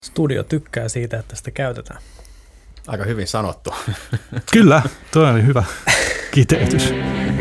Studio tykkää siitä, että sitä käytetään. Aika hyvin sanottu. Kyllä, tuo oli hyvä kiteytys.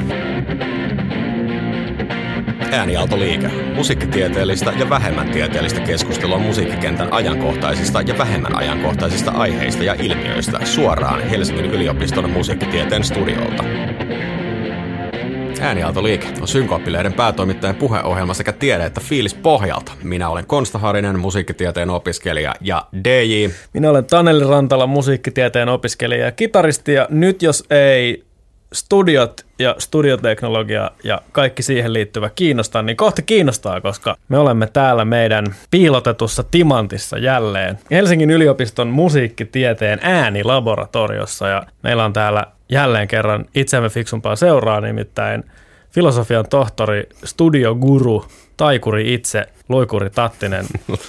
Ääniaaltoliike. Musiikkitieteellistä ja vähemmän tieteellistä keskustelua musiikkikentän ajankohtaisista ja vähemmän ajankohtaisista aiheista ja ilmiöistä suoraan Helsingin yliopiston musiikkitieteen studiolta. Ääniaaltoliike on Synkooppi-lehden päätoimittajan puheohjelma sekä tiede- että fiilis pohjalta. Minä olen Konsta Harinen, musiikkitieteen opiskelija ja DJ. Minä olen Taneli Rantala, musiikkitieteen opiskelija ja kitaristi, ja nyt jos ei studiot ja studioteknologia ja kaikki siihen liittyvä kiinnostaa, niin kohta kiinnostaa, koska me olemme täällä meidän piilotetussa timantissa jälleen Helsingin yliopiston musiikkitieteen äänilaboratoriossa, ja meillä on täällä jälleen kerran itseämme fiksumpaa seuraa, nimittäin filosofian tohtori, studioguru, taikuri itse, luikuri Tattinen,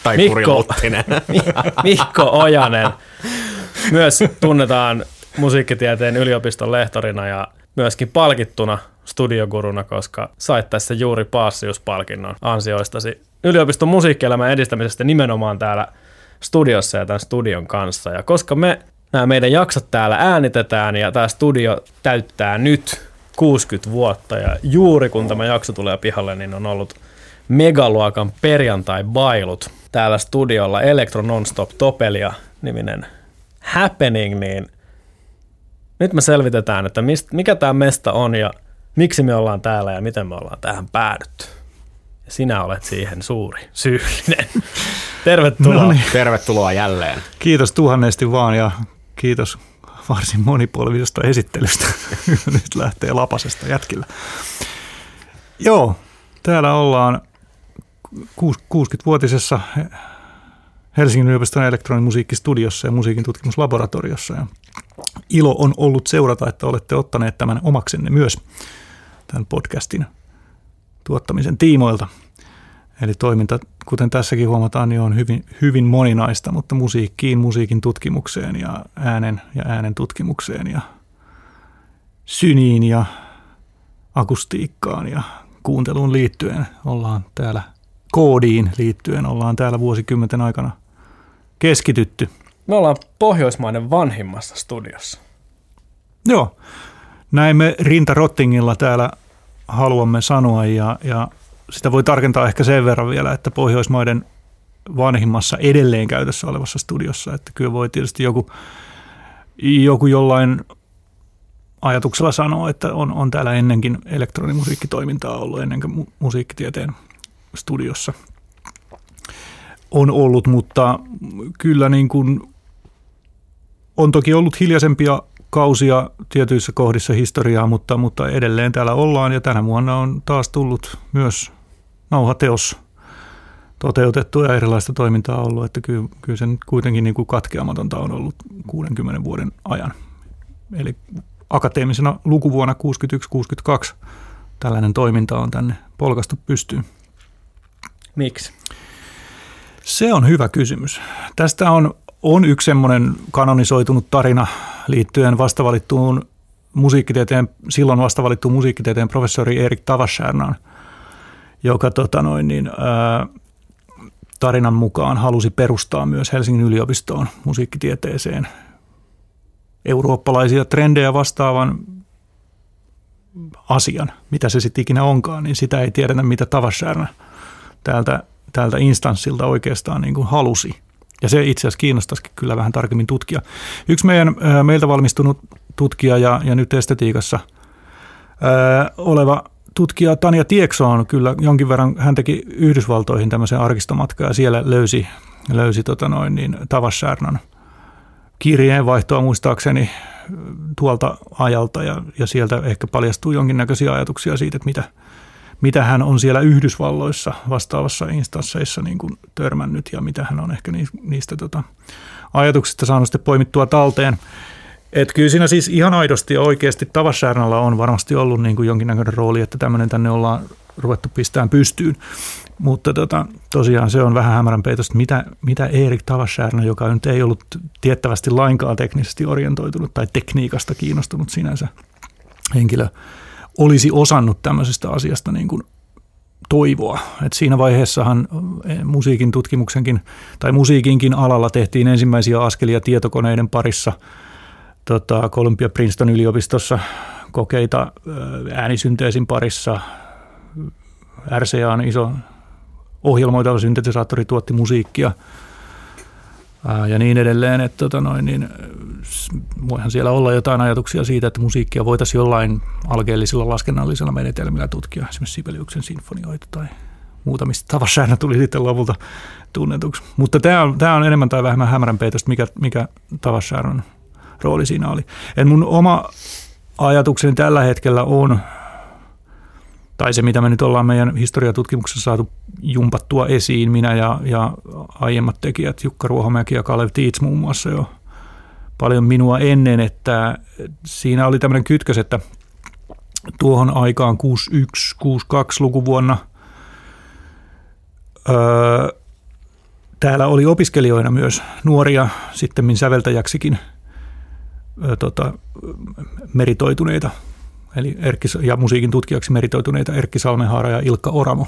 Mikko Ojanen. Myös tunnetaan musiikkitieteen yliopiston lehtorina ja myöskin palkittuna studioguruna, koska sait tässä juuri Paassius-palkinnon ansioistasi yliopiston musiikkielämän edistämisestä nimenomaan täällä studiossa ja tämän studion kanssa. Ja koska nämä meidän jaksot täällä äänitetään ja tämä studio täyttää nyt 60 vuotta ja juuri kun tämä jakso tulee pihalle, niin on ollut megaluokan perjantai-bailut täällä studiolla Electro Nonstop Topelia-niminen happening, niin nyt me selvitetään, että mikä tämä mesta on ja miksi me ollaan täällä ja miten me ollaan tähän päädytty. Ja sinä olet siihen suuri syyllinen. Tervetuloa. No niin. Tervetuloa jälleen. Kiitos tuhannesti vaan ja kiitos varsin monipolvisesta esittelystä. Nyt lähtee lapasesta jätkillä. Joo, täällä ollaan 60-vuotisessa Helsingin yliopiston elektronimusiikkistudiossa ja musiikin tutkimuslaboratoriossa. Ja ilo on ollut seurata, että olette ottaneet tämän omaksenne myös tämän podcastin tuottamisen tiimoilta. Eli toiminta, kuten tässäkin huomataan, niin on hyvin, hyvin moninaista, mutta musiikkiin, musiikin tutkimukseen ja äänen tutkimukseen ja syniin ja akustiikkaan ja kuunteluun liittyen ollaan täällä, koodiin liittyen ollaan täällä vuosikymmenten aikana keskitytty. Me ollaan Pohjoismaiden vanhimmassa studiossa. Joo, näin me Rinta Rottingilla täällä haluamme sanoa ja sitä voi tarkentaa ehkä sen verran vielä, että Pohjoismaiden vanhimmassa edelleen käytössä olevassa studiossa, että kyllä voi tietysti joku jollain ajatuksella sanoa, että on täällä ennenkin elektronimusiikkitoimintaa ollut ennen kuin musiikkitieteen studiossa on ollut, mutta kyllä niin kuin on toki ollut hiljaisempia kausia tietyissä kohdissa historiaa, mutta edelleen täällä ollaan ja tänä vuonna on taas tullut myös nauhateos toteutettu ja erilaista toimintaa ollut, että kyllä se nyt kuitenkin niin kuin katkeamatonta on ollut 60 vuoden ajan. Eli akateemisena lukuvuonna 61-62 tällainen toiminta on tänne polkastu pystyyn. Miksi? Se on hyvä kysymys. Tästä on yksi semmoinen kanonisoitunut tarina liittyen silloin vastavalittuun musiikkitieteen professori Erik Tavastjärnaan, joka tarinan mukaan halusi perustaa myös Helsingin yliopistoon musiikkitieteeseen eurooppalaisia trendejä vastaavan asian, mitä se sitten ikinä onkaan, niin sitä ei tiedetä, mitä Tavastjärna tältä instanssilta oikeastaan niin kuin halusi. Ja se itse asiassa kiinnostaisikin kyllä vähän tarkemmin tutkia. Yksi meiltä valmistunut tutkija ja nyt estetiikassa oleva tutkija Tanja Tiekso on kyllä jonkin verran, hän teki Yhdysvaltoihin tämmöisen arkistomatkan ja siellä löysi Tavastjärnan kirjeenvaihtoa muistaakseni tuolta ajalta ja sieltä ehkä paljastuu jonkinnäköisiä ajatuksia siitä, että mitä hän on siellä Yhdysvalloissa vastaavassa instansseissa niin kuin törmännyt ja mitä hän on ehkä niistä ajatuksista saanut sitten poimittua talteen. Että kyllä siinä siis ihan aidosti ja oikeasti Tavastjärnalla on varmasti ollut niin kuin jonkinnäköinen rooli, että tämmöinen tänne ollaan ruvettu pistämään pystyyn. Mutta tosiaan se on vähän hämärän peitosta, mitä Erik Tavastjärna, joka nyt ei ollut tiettävästi lainkaan teknisesti orientoitunut tai tekniikasta kiinnostunut sinänsä henkilö, olisi osannut tämmöisestä asiasta niin kuin toivoa. Et siinä vaiheessahan musiikin tutkimuksenkin tai musiikinkin alalla tehtiin ensimmäisiä askelia tietokoneiden parissa. Columbia Princeton yliopistossa kokeita äänisynteesin parissa. RCA on iso ohjelmoitava syntetisaattori, tuotti musiikkia ja niin edelleen. Että voihan siellä olla jotain ajatuksia siitä, että musiikkia voitaisiin jollain alkeellisilla laskennallisilla menetelmillä tutkia, esimerkiksi Sibeliuksen sinfonioita tai muuta, mistä Tavarshana tuli sitten lopulta tunnetuksi. Mutta tämä on enemmän tai vähemmän hämäränpeitosta, mikä Tavarsanan rooli siinä oli. Mun oma ajatukseni tällä hetkellä on, tai se mitä me nyt ollaan meidän historiatutkimuksessa saatu jumpattua esiin, minä ja aiemmat tekijät, Jukka Ruohomäki ja Kalev Tiits muun muassa jo paljon minua ennen, että siinä oli tämmöinen kytkös, että tuohon aikaan 61-62 lukuvuonna täällä oli opiskelijoina myös nuoria sittemmin säveltäjäksikin meritoituneita, eli ja musiikin tutkijaksi meritoituneita Erkki Salmenhaara ja Ilkka Oramo.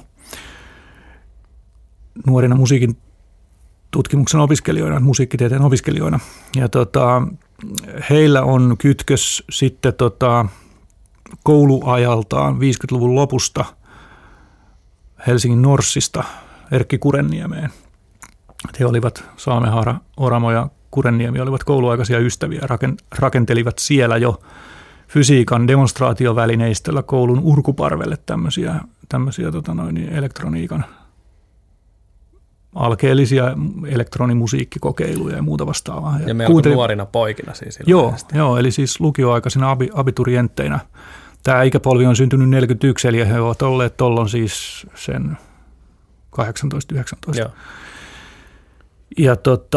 Nuorina musiikin tutkimuksen opiskelijoina, musiikkitieteen opiskelijoina. Ja heillä on kytkös sitten kouluajaltaan 50-luvun lopusta Helsingin Norssista Erkki Kurenniemeen. He olivat Salmenhaara, Oramo ja Kurenniemi olivat kouluaikaisia ystäviä ja rakentelivat siellä jo fysiikan demonstraatiovälineistöllä koulun urkuparvelle tämmöisiä elektroniikan alkeellisia elektronimusiikkikokeiluja ja muuta vastaavaa. Ja me oltiin nuorina poikina siis. Joo, eli siis lukioaikaisina abiturientteinä. Tämä ikäpolvi on syntynyt 41, eli he ovat olleet tollon siis sen 18-19. Joo. Ja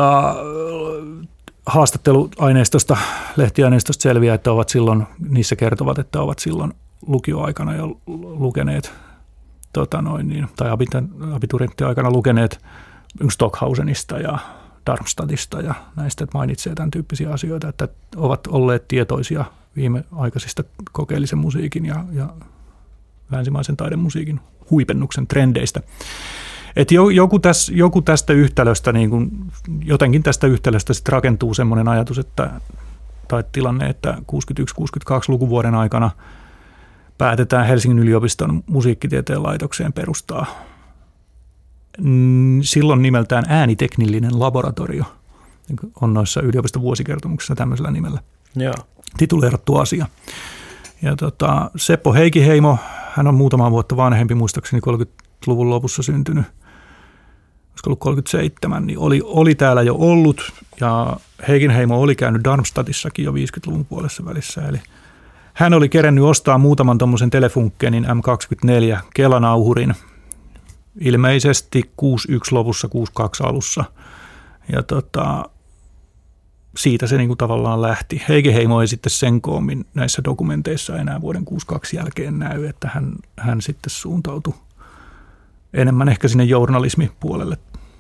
haastatteluaineistosta, lehtiaineistosta selviää, että ovat silloin, niissä kertovat, että ovat silloin lukioaikana jo lukeneet, tai abiturienttiaikana lukeneet Stockhausenista ja Darmstadtista ja näistä, että mainitsee tämän tyyppisiä asioita, että ovat olleet tietoisia viimeaikaisista kokeellisen musiikin ja länsimaisen taidemusiikin huipennuksen trendeistä. Että joku tästä yhtälöstä, niin kuin, jotenkin tästä yhtälöstä sitten rakentuu semmoinen ajatus, tai tilanne, että 61-62 lukuvuoden aikana päätetään Helsingin yliopiston musiikkitieteen laitokseen perustaa silloin nimeltään ääniteknillinen laboratorio. On noissa yliopiston vuosikertomuksissa tämmöisellä nimellä tituleerattu asia. Ja Seppo Heikinheimo, hän on muutama vuotta vanhempi, muistaakseni 30-luvun lopussa syntynyt, olisiko ollut 37, niin oli täällä jo ollut, ja Heikinheimo oli käynyt Darmstadtissakin jo 50-luvun puolessa välissä, eli hän oli kerennyt ostaa muutaman tuommoisen Telefunkenin M24 kelanauhurin, ilmeisesti 61 lopussa, 62 alussa, ja siitä se niin kuin tavallaan lähti. Heikinheimo ei sitten sen koommin näissä dokumenteissa enää vuoden 62 jälkeen näy, että hän sitten suuntautui enemmän ehkä sinne journalismipuolelle.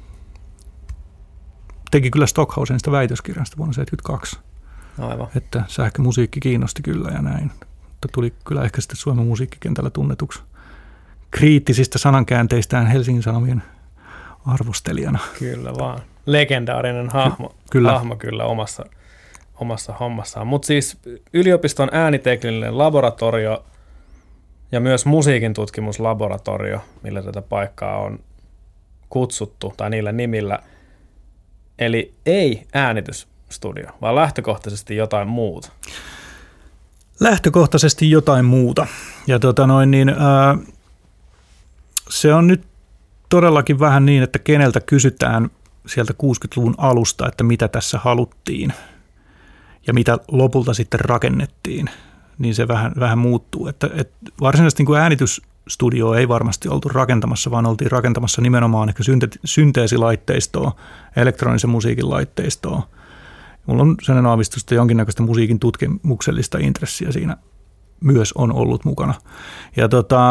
Teki kyllä Stockhausenista väitöskirjasta vuonna 1972. Aivan. Että sähkömusiikki kiinnosti kyllä ja näin. Mutta tuli kyllä ehkä sitten Suomen musiikkikentällä tunnetuksi kriittisistä sanankäänteistään Helsingin Sanomien arvostelijana. Kyllä vaan. Legendaarinen hahmo kyllä omassa hommassaan. Mutta siis yliopiston ääniteknillinen laboratorio ja myös musiikin tutkimuslaboratorio, millä tätä paikkaa on kutsuttu, tai niillä nimillä. Eli ei äänitysstudio, vaan lähtökohtaisesti jotain muuta. Lähtökohtaisesti jotain muuta. Ja se on nyt todellakin vähän niin, että keneltä kysytään sieltä 60-luvun alusta, että mitä tässä haluttiin ja mitä lopulta sitten rakennettiin, niin se vähän muuttuu. Että varsinaisesti niin kuin äänitysstudio ei varmasti oltu rakentamassa, vaan oltiin rakentamassa nimenomaan ehkä synteesilaitteistoa, elektronisen musiikin laitteistoa. Mulla on sellainen aavistus, että jonkinnäköistä musiikin tutkimuksellista intressiä siinä myös on ollut mukana. Ja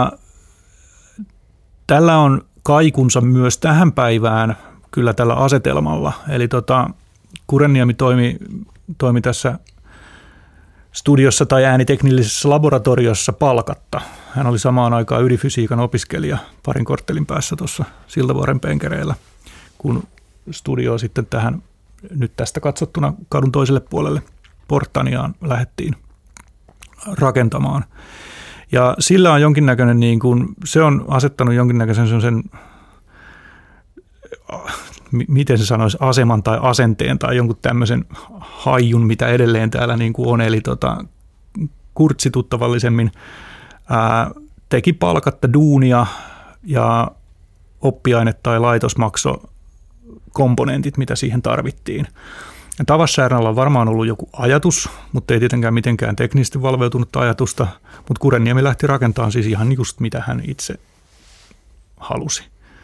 tällä on kaikunsa myös tähän päivään kyllä tällä asetelmalla. Eli Kurenniemi toimi tässä studiossa tai ääniteknillisessä laboratoriossa palkatta. Hän oli samaan aikaan ydinfysiikan opiskelija parin korttelin päässä tuossa Siltavuoren penkereillä, kun studio sitten tähän nyt tästä katsottuna kadun toiselle puolelle Portaniaan lähdettiin rakentamaan. Ja sillä on jonkinnäköinen, niin kuin, se on asettanut jonkinnäköisen sen miten se sanoisi, aseman tai asenteen tai jonkun tämmöisen haijun, mitä edelleen täällä niin kuin on. Eli Kurtsi tuttavallisemmin teki palkatta duunia ja oppiaine- tai laitosmaksokomponentit, mitä siihen tarvittiin. Tavassäärällä on varmaan ollut joku ajatus, mutta ei tietenkään mitenkään teknisesti valveutunutta ajatusta, mutta Kurenniemi lähti rakentamaan siis ihan just mitä hän itse halusi.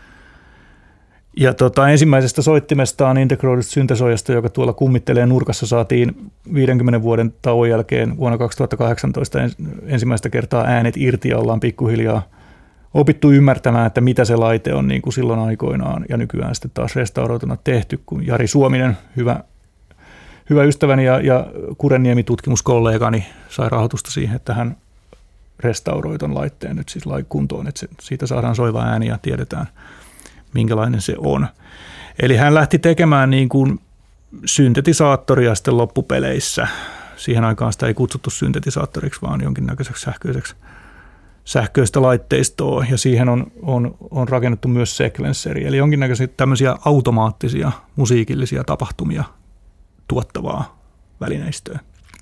Ja ensimmäisestä soittimestaan Integroidusta syntesoijasta, joka tuolla kummittelee nurkassa, saatiin 50 vuoden tauon jälkeen vuonna 2018 ensimmäistä kertaa äänet irti ja ollaan pikkuhiljaa opittu ymmärtämään, että mitä se laite on niin kuin silloin aikoinaan ja nykyään sitten taas restauroituna tehty, kun Jari Suominen, hyvä ystäväni ja Kurenniemi-tutkimuskollegani sai rahoitusta siihen, että hän restauroi ton laitteen nyt siis kuntoon, että siitä saadaan soiva ääni ja tiedetään, minkälainen se on. Eli hän lähti tekemään niin kuin syntetisaattoria sitten loppupeleissä. Siihen aikaan sitä ei kutsuttu syntetisaattoriksi, vaan jonkinnäköiseksi sähköistä laitteistoa, ja siihen on rakennettu myös sequenceri, eli jonkinnäköisiä tämmöisiä automaattisia musiikillisia tapahtumia tuottavaa välineistöä.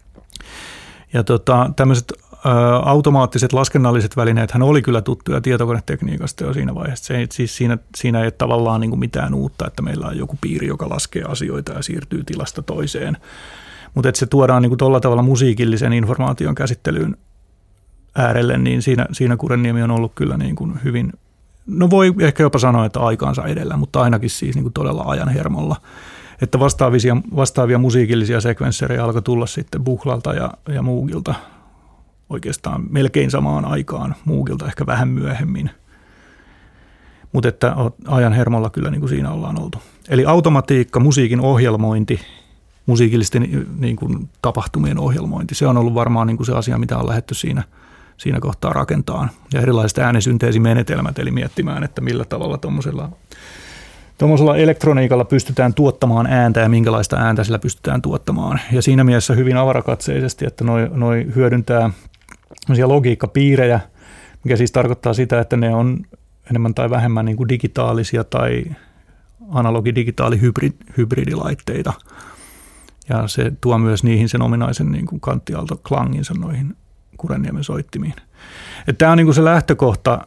Ja tämmöiset automaattiset laskennalliset välineet hän oli kyllä tuttuja tietokonetekniikasta jo siinä vaiheessa. Siinä ei ole tavallaan niin kuin mitään uutta, että meillä on joku piiri, joka laskee asioita ja siirtyy tilasta toiseen. Mutta että se tuodaan niin kuin tuolla tavalla musiikillisen informaation käsittelyyn äärelle, niin siinä Kurenniemi on ollut kyllä niin kuin hyvin, no voi ehkä jopa sanoa, että aikaansa edellä, mutta ainakin siis niin kuin todella ajan hermolla. Että vastaavia musiikillisia sekvensserejä alkoi tulla sitten Buchlalta ja Moogilta oikeastaan melkein samaan aikaan, Moogilta ehkä vähän myöhemmin. Mutta että ajan hermolla kyllä niin kuin siinä ollaan oltu. Eli automatiikka, musiikin ohjelmointi, musiikillisten niin kuin tapahtumien ohjelmointi, se on ollut varmaan niin kuin se asia, mitä on lähdetty siinä kohtaa rakentamaan. Ja erilaiset äänisynteesimenetelmät, eli miettimään, että millä tavalla tuommoisella elektroniikalla pystytään tuottamaan ääntä ja minkälaista ääntä sillä pystytään tuottamaan. Ja siinä mielessä hyvin avarakatseisesti, että noi hyödyntää logiikkapiirejä, mikä siis tarkoittaa sitä, että ne on enemmän tai vähemmän niin kuin digitaalisia tai analogi-digitaali-hybridilaitteita. Ja se tuo myös niihin sen ominaisen niin kuin kanttiaalto-klanginsa noihin Kurenniemen soittimiin. Tämä on niin kuin se lähtökohta.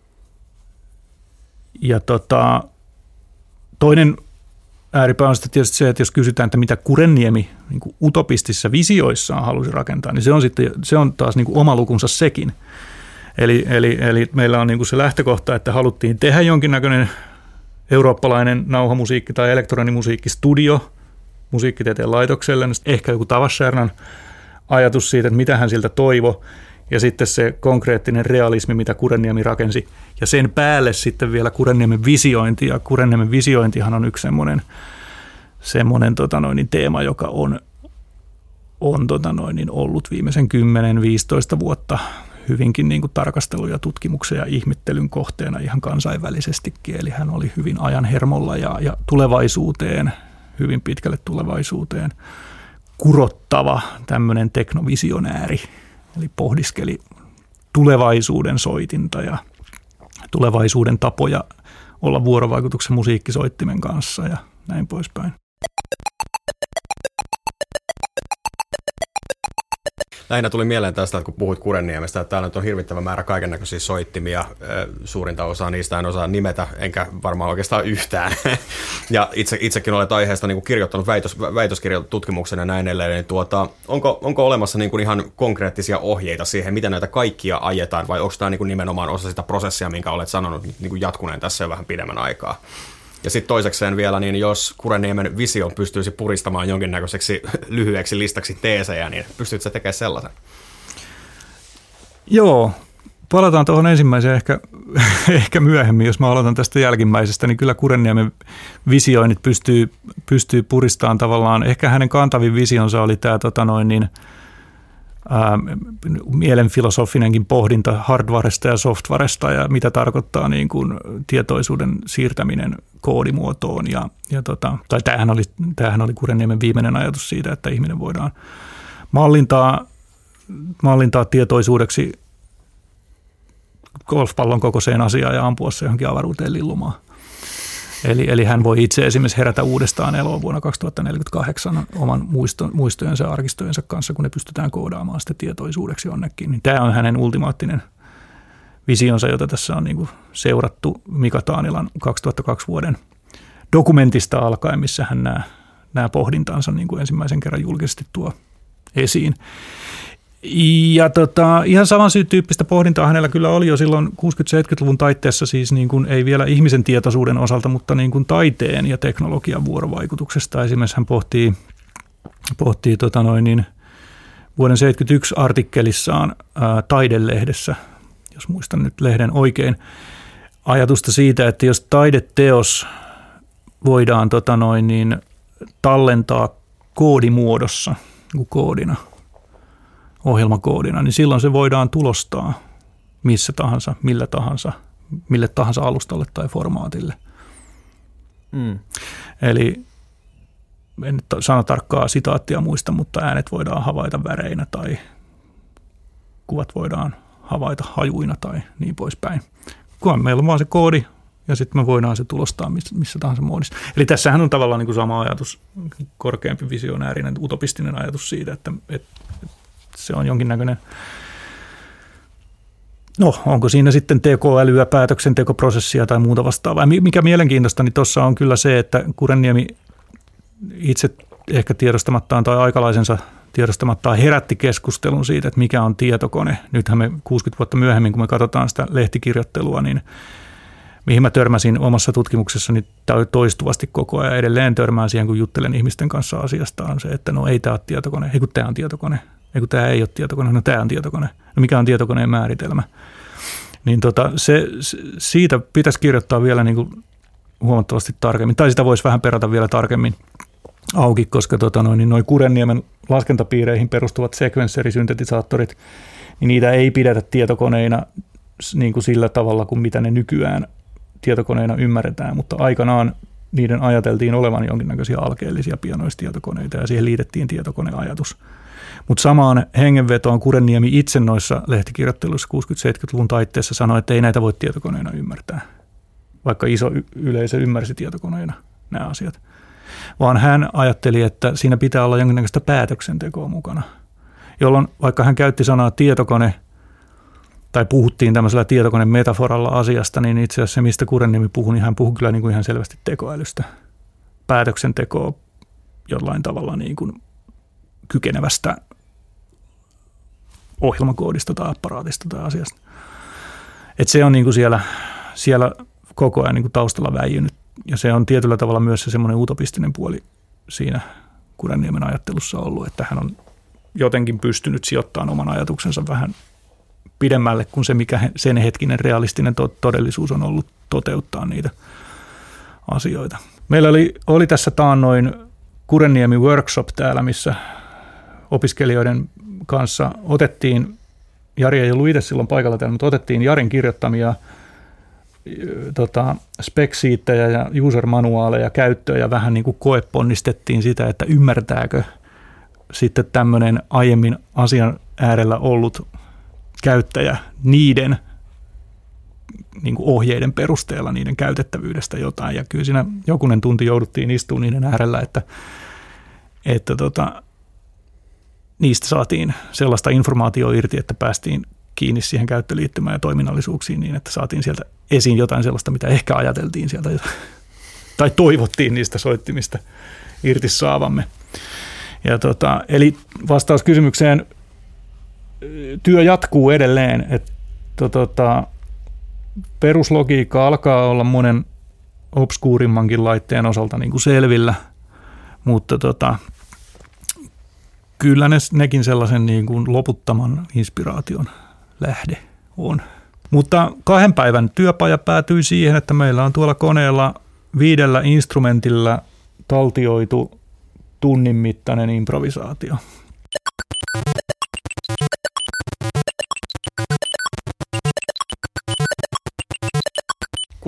Ja toinen ääripää on sitten tietysti se, että jos kysytään, että mitä Kurenniemi niin kuin utopistisissa visioissaan halusi rakentaa, niin se on taas niin kuin oma lukunsa sekin. Eli meillä on niin kuin se lähtökohta, että haluttiin tehdä jonkinnäköinen eurooppalainen nauhamusiikki- tai elektronimusiikkistudio musiikkitieteen laitokselle, niin ehkä joku Tavassärnan ajatus siitä, että mitä hän siltä toivoi, ja sitten se konkreettinen realismi, mitä Kurenniemi rakensi, ja sen päälle sitten vielä Kurenniemen visiointi, ja Kurenniemen visiointihan on yksi semmoinen teema, joka on ollut viimeisen 10-15 vuotta hyvinkin niin kuin tarkastelun ja tutkimuksen ja ihmettelyn kohteena ihan kansainvälisestikin, eli hän oli hyvin ajan hermolla ja tulevaisuuteen, hyvin pitkälle tulevaisuuteen kurottava tämmöinen teknovisionääri, eli pohdiskeli tulevaisuuden soitinta ja tulevaisuuden tapoja olla vuorovaikutuksen musiikkisoittimen kanssa ja näin poispäin. Lähinnä tuli mieleen tästä, että kun puhuit Kurenniemestä, että täällä nyt on hirvittävä määrä kaikennäköisiä soittimia. Suurinta osaa niistä en osaa nimetä, enkä varmaan oikeastaan yhtään. Ja itsekin olet aiheesta niin kuin kirjoittanut väitöskirjatutkimuksen ja näin edelleen. Niin onko olemassa niin kuin ihan konkreettisia ohjeita siihen, miten näitä kaikkia ajetaan, vai onko tämä niin kuin nimenomaan osa sitä prosessia, minkä olet sanonut niin kuin jatkuneen tässä jo vähän pidemmän aikaa? Ja sitten toisekseen vielä, niin jos Kurenniemen visio pystyisi puristamaan jonkinnäköiseksi lyhyeksi listaksi teesejä, niin pystytkö sä tekemään sellaisen? Joo, palataan tuohon ensimmäiseen ehkä myöhemmin, jos mä aloitan tästä jälkimmäisestä, niin kyllä Kurenniemen visioinnit pystyy puristamaan tavallaan, ehkä hänen kantavin visionsa oli tämä mielenfilosofinenkin pohdinta hardwaresta ja softwaresta ja mitä tarkoittaa niin kuin tietoisuuden siirtäminen koodimuotoon. Tai tämähän oli Kurenniemen viimeinen ajatus siitä, että ihminen voidaan mallintaa tietoisuudeksi golfpallon kokoiseen asiaan ja ampua se johonkin avaruuteen lillumaan. Eli hän voi itse esimerkiksi herätä uudestaan eloon vuonna 2048 oman muistojensa ja arkistojensa kanssa, kun ne pystytään koodaamaan sitä tietoisuudeksi jonnekin. Niin tämä on hänen ultimaattinen visionsa, jota tässä on niin kuin seurattu Mika Taanilan 2002 vuoden dokumentista alkaen, missä hän nämä pohdintansa niin kuin ensimmäisen kerran julkisesti tuo esiin. Ja ihan saman tyyppistä pohdintaa hänellä kyllä oli jo silloin 60-70-luvun taitteessa, siis niin kuin ei vielä ihmisen tietoisuuden osalta, mutta niin kuin taiteen ja teknologian vuorovaikutuksesta. Esimerkiksi hän pohtii vuoden 1971 artikkelissaan Taidelehdessä, jos muistan nyt lehden oikein, ajatusta siitä, että jos taideteos voidaan tallentaa koodimuodossa, koodina, ohjelmakoodina, niin silloin se voidaan tulostaa missä tahansa, mille tahansa alustalle tai formaatille. Eli en nyt sano tarkkaa sitaattia muista, mutta äänet voidaan havaita väreinä tai kuvat voidaan havaita hajuina tai niin poispäin. Kun meillä on vaan se koodi ja sitten me voidaan se tulostaa missä tahansa muodissa. Eli tässähän on tavallaan niin kuin sama ajatus, korkeampi visionäärinen, utopistinen ajatus siitä, että se on jonkinnäköinen, onko siinä sitten tekoälyä, päätöksentekoprosessia tai muuta vastaavaa. Mikä mielenkiintoista, niin tuossa on kyllä se, että Kurenniemi itse ehkä tiedostamattaan tai aikalaisensa tiedostamattaan herätti keskustelun siitä, että mikä on tietokone. Nythän me 60 vuotta myöhemmin, kun me katsotaan sitä lehtikirjoittelua, niin mihin mä törmäsin omassa tutkimuksessani toistuvasti koko ajan edelleen törmään siihen, kun juttelen ihmisten kanssa asiasta, on se, että ei tämä ole tietokone, ei kun tämä on tietokone. Ei kun tämä ei ole tietokone, tämä on tietokone. No mikä on tietokoneen määritelmä? Niin siitä pitäisi kirjoittaa vielä niin kuin huomattavasti tarkemmin, tai sitä voisi vähän perata vielä tarkemmin auki, koska noi Kurenniemen laskentapiireihin perustuvat sekvensserisyntetisaattorit, niin niitä ei pidetä tietokoneina niin kuin sillä tavalla kuin mitä ne nykyään tietokoneina ymmärretään, mutta aikanaan niiden ajateltiin olevan jonkinnäköisiä alkeellisia pianoistietokoneita ja siihen liitettiin tietokoneajatus. Mutta samaan hengenvetoon Kurenniemi itse noissa lehtikirjoitteluissa 60-70-luvun taitteessa sanoi, että ei näitä voi tietokoneina ymmärtää, vaikka iso yleisö ymmärsi tietokoneina nämä asiat. Vaan hän ajatteli, että siinä pitää olla jonkinnäköistä päätöksentekoa mukana, jolloin vaikka hän käytti sanaa tietokone tai puhuttiin tämmöisellä tietokonemetaforalla asiasta, niin itse asiassa se, mistä Kurenniemi puhui, niin hän puhui kyllä niin kuin ihan selvästi tekoälystä, päätöksentekoa jollain tavalla niin kuin kykenevästä ohjelmakoodista tai apparaatista tai asiasta. Että se on niin kuin siellä koko ajan niin kuin taustalla väijynyt. Ja se on tietyllä tavalla myös se semmoinen utopistinen puoli siinä Kurenniemen ajattelussa ollut, että hän on jotenkin pystynyt sijoittamaan oman ajatuksensa vähän pidemmälle kuin se, mikä sen hetkinen realistinen todellisuus on ollut toteuttaa niitä asioita. Meillä oli tässä taannoin Kurenniemi workshop täällä, missä opiskelijoiden kanssa otettiin, Jari ei ollut itse silloin paikalla täällä, mutta otettiin Jarin kirjoittamia spec-siittejä ja user-manuaaleja käyttöön ja vähän niin kuin koeponnistettiin sitä, että ymmärtääkö sitten tämmöinen aiemmin asian äärellä ollut käyttäjä niiden niin kuin ohjeiden perusteella niiden käytettävyydestä jotain. Ja kyllä siinä jokunen tunti jouduttiin istumaan niiden äärellä, että niistä saatiin sellaista informaatiota irti, että päästiin kiinni siihen käyttöliittymään ja toiminnallisuuksiin niin, että saatiin sieltä esiin jotain sellaista, mitä ehkä ajateltiin sieltä tai toivottiin niistä soittimista irti saavamme. Ja eli vastaus kysymykseen, työ jatkuu edelleen, että peruslogiikka alkaa olla monen obskuurimmankin laitteen osalta niin kuin selvillä, mutta kyllä nekin sellaisen niin kuin loputtoman inspiraation lähde on. Mutta 2 päivän työpaja päätyi siihen, että meillä on tuolla koneella 5 instrumentilla taltioitu tunnin mittainen improvisaatio.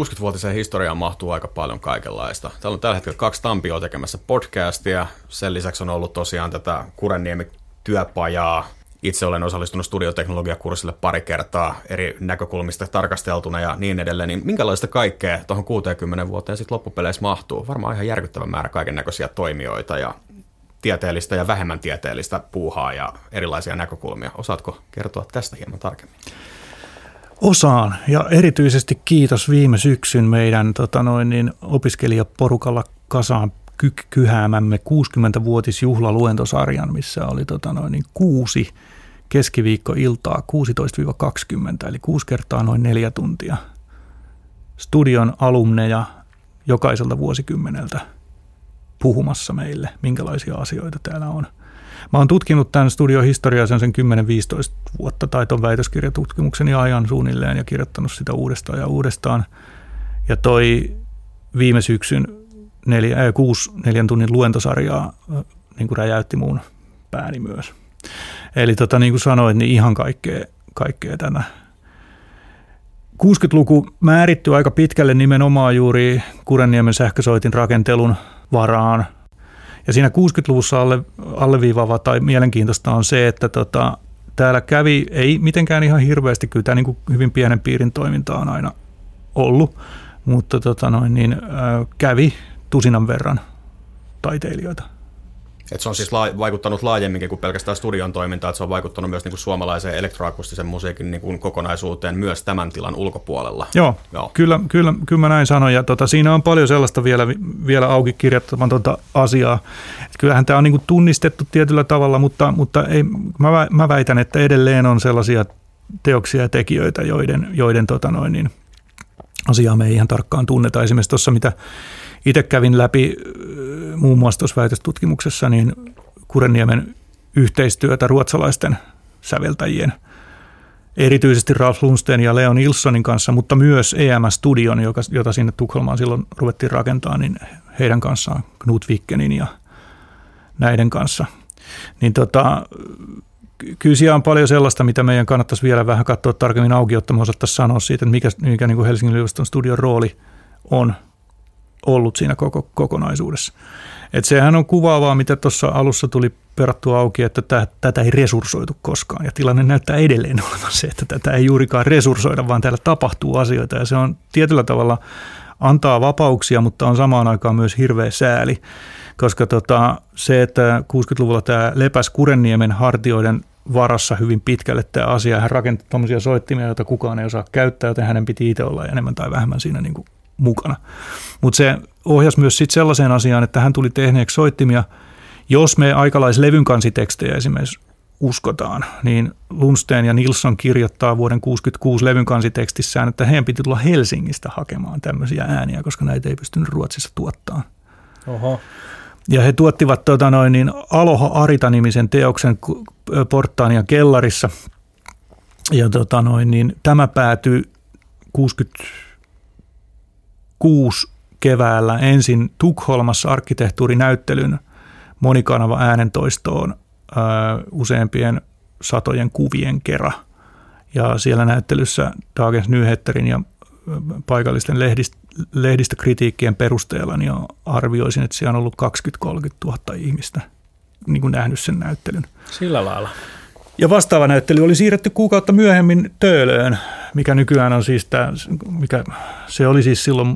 60-vuotiseen historiaan mahtuu aika paljon kaikenlaista. Täällä on tällä hetkellä 2 Tampioa tekemässä podcastia. Sen lisäksi on ollut tosiaan tätä Kurenniemi-työpajaa. Itse olen osallistunut studioteknologiakurssille pari kertaa eri näkökulmista tarkasteltuna ja niin edelleen. Niin minkälaista kaikkea tuohon 60 vuoteen sitten loppupeleissä mahtuu? Varmaan ihan järkyttävä määrä kaiken näköisiä toimijoita ja tieteellistä ja vähemmän tieteellistä puuhaa ja erilaisia näkökulmia. Osaatko kertoa tästä hieman tarkemmin? Osaan, ja erityisesti kiitos viime syksyn meidän opiskelijaporukalla kasaan kyhäämämme 60-vuotisjuhlaluentosarjan, missä oli 6 keskiviikkoiltaa 16-20, eli 6 kertaa noin 4 tuntia. Studion alumneja jokaiselta vuosikymmeneltä puhumassa meille, minkälaisia asioita täällä on. Mä oon tutkinut tämän studiohistoriaa sen 10-15 vuotta tai ton väitöskirjatutkimukseni ajan suunnilleen ja kirjoittanut sitä uudestaan ja uudestaan. Ja toi viime syksyn 6 4 tunnin luentosarjaa niin kuin räjäytti mun pääni myös. Eli niin kuin sanoit, niin ihan kaikkea tänä. 60-luku määrittyi aika pitkälle nimenomaan juuri Kurenniemen sähkösoitin rakentelun varaan. Ja siinä 60-luvussa alleviivaava tai mielenkiintoista on se, että täällä kävi, ei mitenkään ihan hirveästi, kyllä tämä niin kuin hyvin pienen piirin toiminta on aina ollut, mutta kävi tusinan verran taiteilijoita. Et se on siis vaikuttanut laajemminkin kuin pelkästään studion toimintaa, että se on vaikuttanut myös niin kuin suomalaiseen elektroakustisen musiikin niin kuin kokonaisuuteen myös tämän tilan ulkopuolella. Joo. Kyllä mä näin sanon, ja siinä on paljon sellaista vielä auki kirjoittamatonta asiaa. Et kyllähän tämä on niin kuin tunnistettu tietyllä tavalla, mutta ei, mä väitän, että edelleen on sellaisia teoksia ja tekijöitä, joiden asiaa me ei ihan tarkkaan tunneta. Esimerkiksi tuossa, mitä itse kävin läpi muun muassa tuossa väitöstutkimuksessa, niin Kurenniemen yhteistyötä ruotsalaisten säveltäjien, erityisesti Ralf Lundsten ja Leo Nilssonin kanssa, mutta myös EMS-studion, jota sinne Tukholmaan silloin ruvettiin rakentaa, niin heidän kanssaan, Knut Wickenin ja näiden kanssa. Niin kyllä siellä on paljon sellaista, mitä meidän kannattaisi vielä vähän katsoa tarkemmin auki, jotta me osattaisiin sanoa siitä, että mikä niin kuin Helsingin yliopiston studion rooli on ollut siinä koko kokonaisuudessa. Et sehän on kuvaavaa, mitä tuossa alussa tuli perattua auki, että tätä ei resurssoitu koskaan. Ja tilanne näyttää edelleen olevan se, että tätä ei juurikaan resurssoida, vaan täällä tapahtuu asioita. Ja se on tietyllä tavalla antaa vapauksia, mutta on samaan aikaan myös hirveä sääli. Koska se, että 60-luvulla tämä lepäsi Kurenniemen hartioiden varassa hyvin pitkälle tämä asia. Hän rakenti tämmöisiä soittimia, joita kukaan ei osaa käyttää, joten hänen piti itse olla enemmän tai vähemmän siinä niin kuin mukana. Mutta se ohjasi myös sitten sellaiseen asiaan, että hän tuli tehneeksi soittimia. Jos me aikalaislevyn kansitekstejä esimerkiksi uskotaan, niin Lundsten ja Nilsson kirjoittaa vuoden 1966 levyn kansitekstissään, että heidän piti tulla Helsingistä hakemaan tämmöisiä ääniä, koska näitä ei pystynyt Ruotsissa tuottamaan. Oho. Ja he tuottivat Aloha Arita-nimisen teoksen Portaanian kellarissa. Ja tämä päätyi 1966 keväällä ensin Tukholmassa arkkitehtuurinäyttelyn monikanava äänentoistoon useampien satojen kuvien kera. Ja siellä näyttelyssä Dagens Nyheterin ja paikallisten lehdistökritiikkien perusteella niin arvioisin, että siellä on ollut 20-30 000 ihmistä niin kuin nähnyt sen näyttelyn. Sillä lailla. Ja vastaava näyttely oli siirretty kuukautta myöhemmin Töölöön, mikä nykyään on siis se oli siis silloin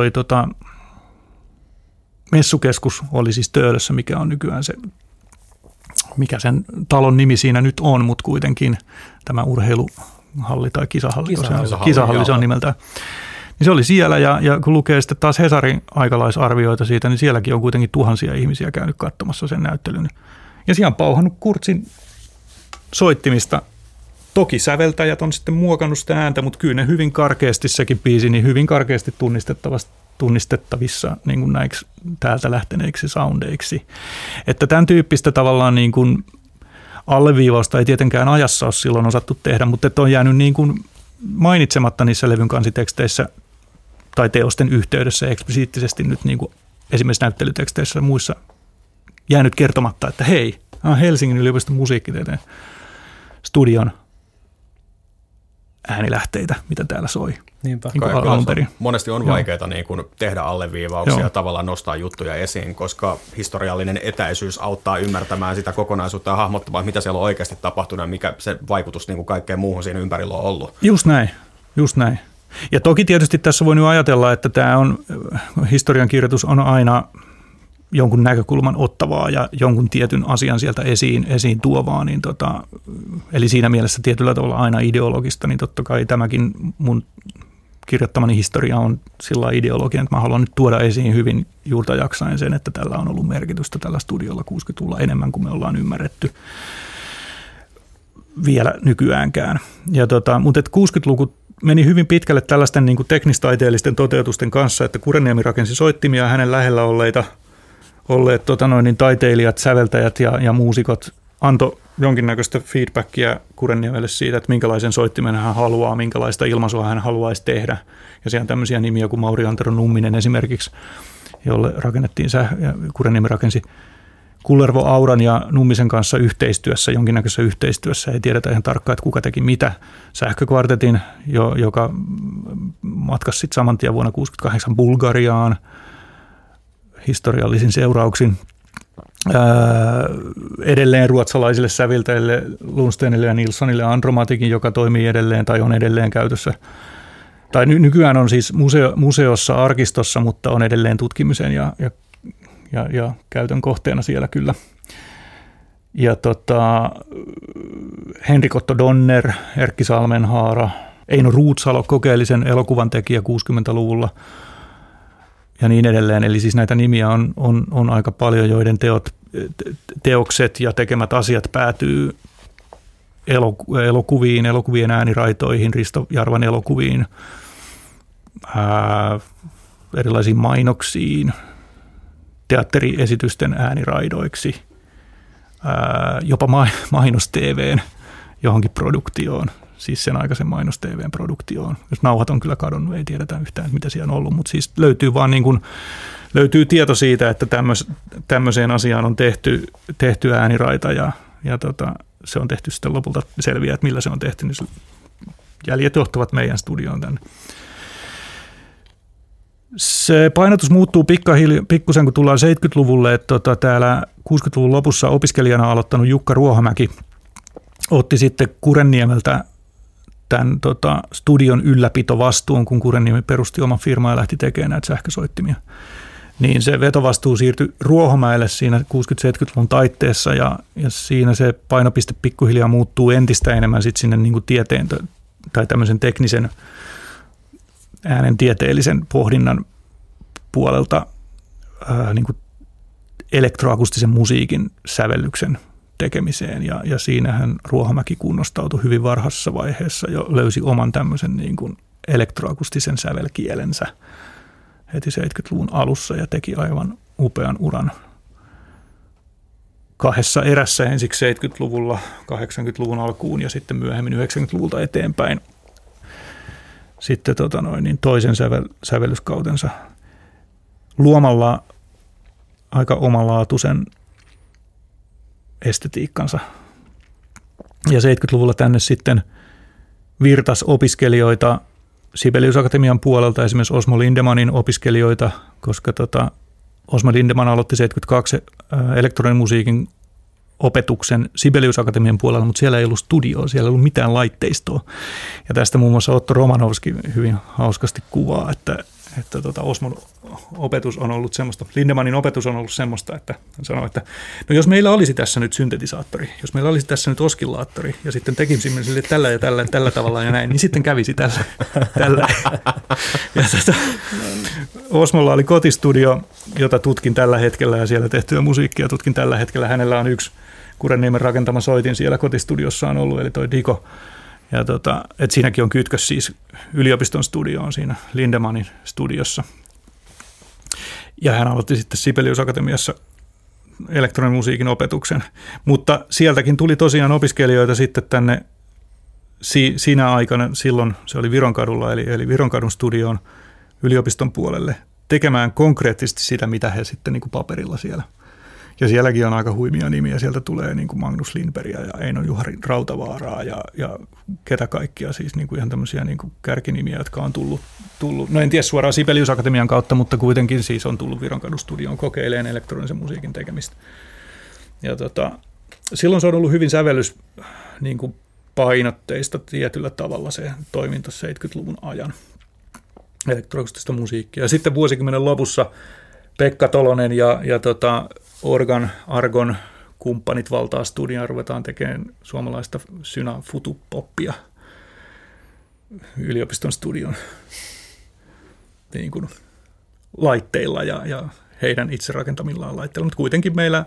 messukeskus oli siis Töölössä, mikä on nykyään se, mikä sen talon nimi siinä nyt on, mutta kuitenkin tämä urheiluhalli tai kisahalli se on nimeltään. Niin se oli siellä ja kun lukee sitten taas Hesarin aikalaisarvioita siitä, niin sielläkin on kuitenkin tuhansia ihmisiä käynyt katsomassa sen näyttelyn. Ja siellä on pauhannut Kurtsin soittimista. Toki säveltäjät on sitten muokannut sitä ääntä, mutta kyllä ne hyvin karkeasti, sekin biisi, niin hyvin karkeasti tunnistettavissa niin kuin näiksi täältä lähteneiksi soundeiksi. Että tämän tyyppistä tavallaan niin kuin alleviivausta ei tietenkään ajassa ole silloin osattu tehdä, mutta että on jäänyt niin kuin mainitsematta niissä levyn kansiteksteissä tai teosten yhteydessä eksplisiittisesti nyt niin kuin esimerkiksi näyttelyteksteissä ja muissa jäänyt kertomatta, että hei, Helsingin yliopiston musiikkitieteen studion äänilähteitä, mitä täällä soi. Niinpä. Niin alun perin. Monesti on vaikeaa niin kuin tehdä alleviivauksia ja tavallaan nostaa juttuja esiin, koska historiallinen etäisyys auttaa ymmärtämään sitä kokonaisuutta ja hahmottamaan, mitä siellä on oikeasti tapahtunut ja mikä se vaikutus niin kuin kaikkeen muuhun siinä ympärillä on ollut. Just näin. Ja toki tietysti tässä voi nyt ajatella, että tämä historiankirjoitus on aina jonkun näkökulman ottavaa ja jonkun tietyn asian sieltä esiin tuovaa, niin eli siinä mielessä tietyllä tavalla aina ideologista, niin totta kai tämäkin mun kirjoittamani historia on sillä ideologia, että mä haluan nyt tuoda esiin hyvin juurta jaksain sen, että tällä on ollut merkitystä tällä studiolla 60-luvulla enemmän kuin me ollaan ymmärretty vielä nykyäänkään. Mutta 60-luku meni hyvin pitkälle tällaisten niin kuin teknistaiteellisten toteutusten kanssa, että Kurenniemi rakensi soittimia ja hänen lähellä olleet taiteilijat, säveltäjät ja muusikot antoi jonkinnäköistä feedbackia Kurenniemelle siitä, että minkälaisen soittimen hän haluaa, minkälaista ilmaisua hän haluaisi tehdä. Ja siellä on tämmöisiä nimiä kuin Mauri Antero Numminen esimerkiksi, jolle rakennettiin Kurenniemi rakensi Kullervo Auran ja Nummisen kanssa jonkinnäköisessä yhteistyössä. Ei tiedetä ihan tarkkaan, että kuka teki mitä. Sähkökvartetin, joka matkasi sitten saman tien vuonna 1968 Bulgariaan historiallisin seurauksin. Edelleen ruotsalaisille säveltäjille Lundstenille ja Nilssonille Andromatikin, joka toimii edelleen tai on edelleen käytössä. Tai nykyään on siis museossa, arkistossa, mutta on edelleen tutkimisen ja käytön kohteena siellä kyllä. Ja Henrik Otto Donner, Erkki Salmenhaara, Eino Ruutsalo kokeili sen elokuvan tekijä 60-luvulla ja niin edelleen. Eli siis näitä nimiä on aika paljon, joiden teokset ja tekemät asiat päätyy elokuvien ääniraitoihin, Risto Jarvan elokuviin, erilaisiin mainoksiin, teatteriesitysten ääniraidoiksi, jopa mainos-TV:n johonkin produktioon, siis sen aikaisen mainos-TV:n produktioon. Jos nauhat on kyllä kadonnut, ei tiedetä yhtään, mitä siellä on ollut, mutta siis löytyy tieto siitä, että tämmöiseen asiaan on tehty ääniraita ja se on tehty sitten lopulta selviää, että millä se on tehty, niin jäljet johtavat meidän studioon tänne. Se painotus muuttuu pikkusen, kun tullaan 70-luvulle, että täällä 60-luvun lopussa opiskelijana aloittanut Jukka Ruohomäki otti sitten Kurenniemeltä tämän studion ylläpitovastuun, kun Kurenniemi perusti oman firman ja lähti tekemään näitä sähkösoittimia. Niin se vetovastuu siirtyi Ruohomäelle siinä 60-70-luvun taitteessa ja siinä se painopiste pikkuhiljaa muuttuu entistä enemmän sitten sinne niin kuin tieteen tai tämmöisen teknisen äänen tieteellisen pohdinnan puolelta niin kuin elektroakustisen musiikin sävellyksen tekemiseen. Ja siinähän Ruohomäki kunnostautui hyvin varhaisessa vaiheessa jo löysi oman tämmöisen niin kuin elektroakustisen sävelkielensä heti 70-luvun alussa ja teki aivan upean uran kahdessa erässä ensiksi 70-luvulla, 80-luvun alkuun ja sitten myöhemmin 90-luvulta eteenpäin. Sitten toisen sävellyskautensa luomalla aika omanlaatuisen estetiikkansa. Ja 70-luvulla tänne sitten virtasi opiskelijoita Sibelius Akatemian puolelta, esimerkiksi Osmo Lindemanin opiskelijoita, koska Osmo Lindeman aloitti 72 elektroninen musiikin opetuksen Sibelius Akatemian puolella, mutta siellä ei ollut studioa, siellä ei ollut mitään laitteistoa. Ja tästä muun muassa Otto Romanovski hyvin hauskasti kuvaa, että Osmon opetus on ollut semmoista, Lindemanin opetus on ollut semmoista, että hän sanoi, että no jos meillä olisi tässä nyt syntetisaattori, jos meillä olisi tässä nyt oskillaattori ja sitten tekisimme sille tällä ja tällä tavalla ja näin, niin sitten kävisi tällä. Ja Osmolla oli kotistudio, jota tutkin tällä hetkellä ja siellä tehtyä musiikkia tutkin tällä hetkellä. Hänellä on yksi Kurenniemen rakentama soitin siellä kotistudiossaan ollut, eli toi Diko. Ja että siinäkin on kytkös siis yliopiston studioon siinä Lindemanin studiossa. Ja hän aloitti sitten Sibelius Akatemiassa elektroninen musiikin opetuksen. Mutta sieltäkin tuli tosiaan opiskelijoita sitten tänne siinä aikana, silloin se oli Vironkadulla, eli Vironkadun studioon yliopiston puolelle tekemään konkreettisesti sitä, mitä he sitten niin kuin paperilla siellä. Ja sielläkin on aika huimia nimiä. Sieltä tulee niin kuin Magnus Lindbergia ja Eino Juhari Rautavaaraa ja ketä kaikkia. Siis niin kuin ihan tämmöisiä niin kuin kärkinimiä, jotka on tullut. No en tiedä suoraan Sibelius Akatemian kautta, mutta kuitenkin siis on tullut Vironkadun-studioon kokeilemaan elektronisen musiikin tekemistä. Ja silloin se on ollut hyvin sävellys niin kuin painotteista tietyllä tavalla se toiminta 70-luvun ajan elektroakustista musiikkia. Ja sitten vuosikymmenen lopussa Pekka Tolonen ja Argon kumppanit valtaa studiaan, ruvetaan tekemään suomalaista syna-futu-poppia yliopiston studion niin kuin laitteilla ja heidän itse rakentamillaan laitteilla, mutta kuitenkin meillä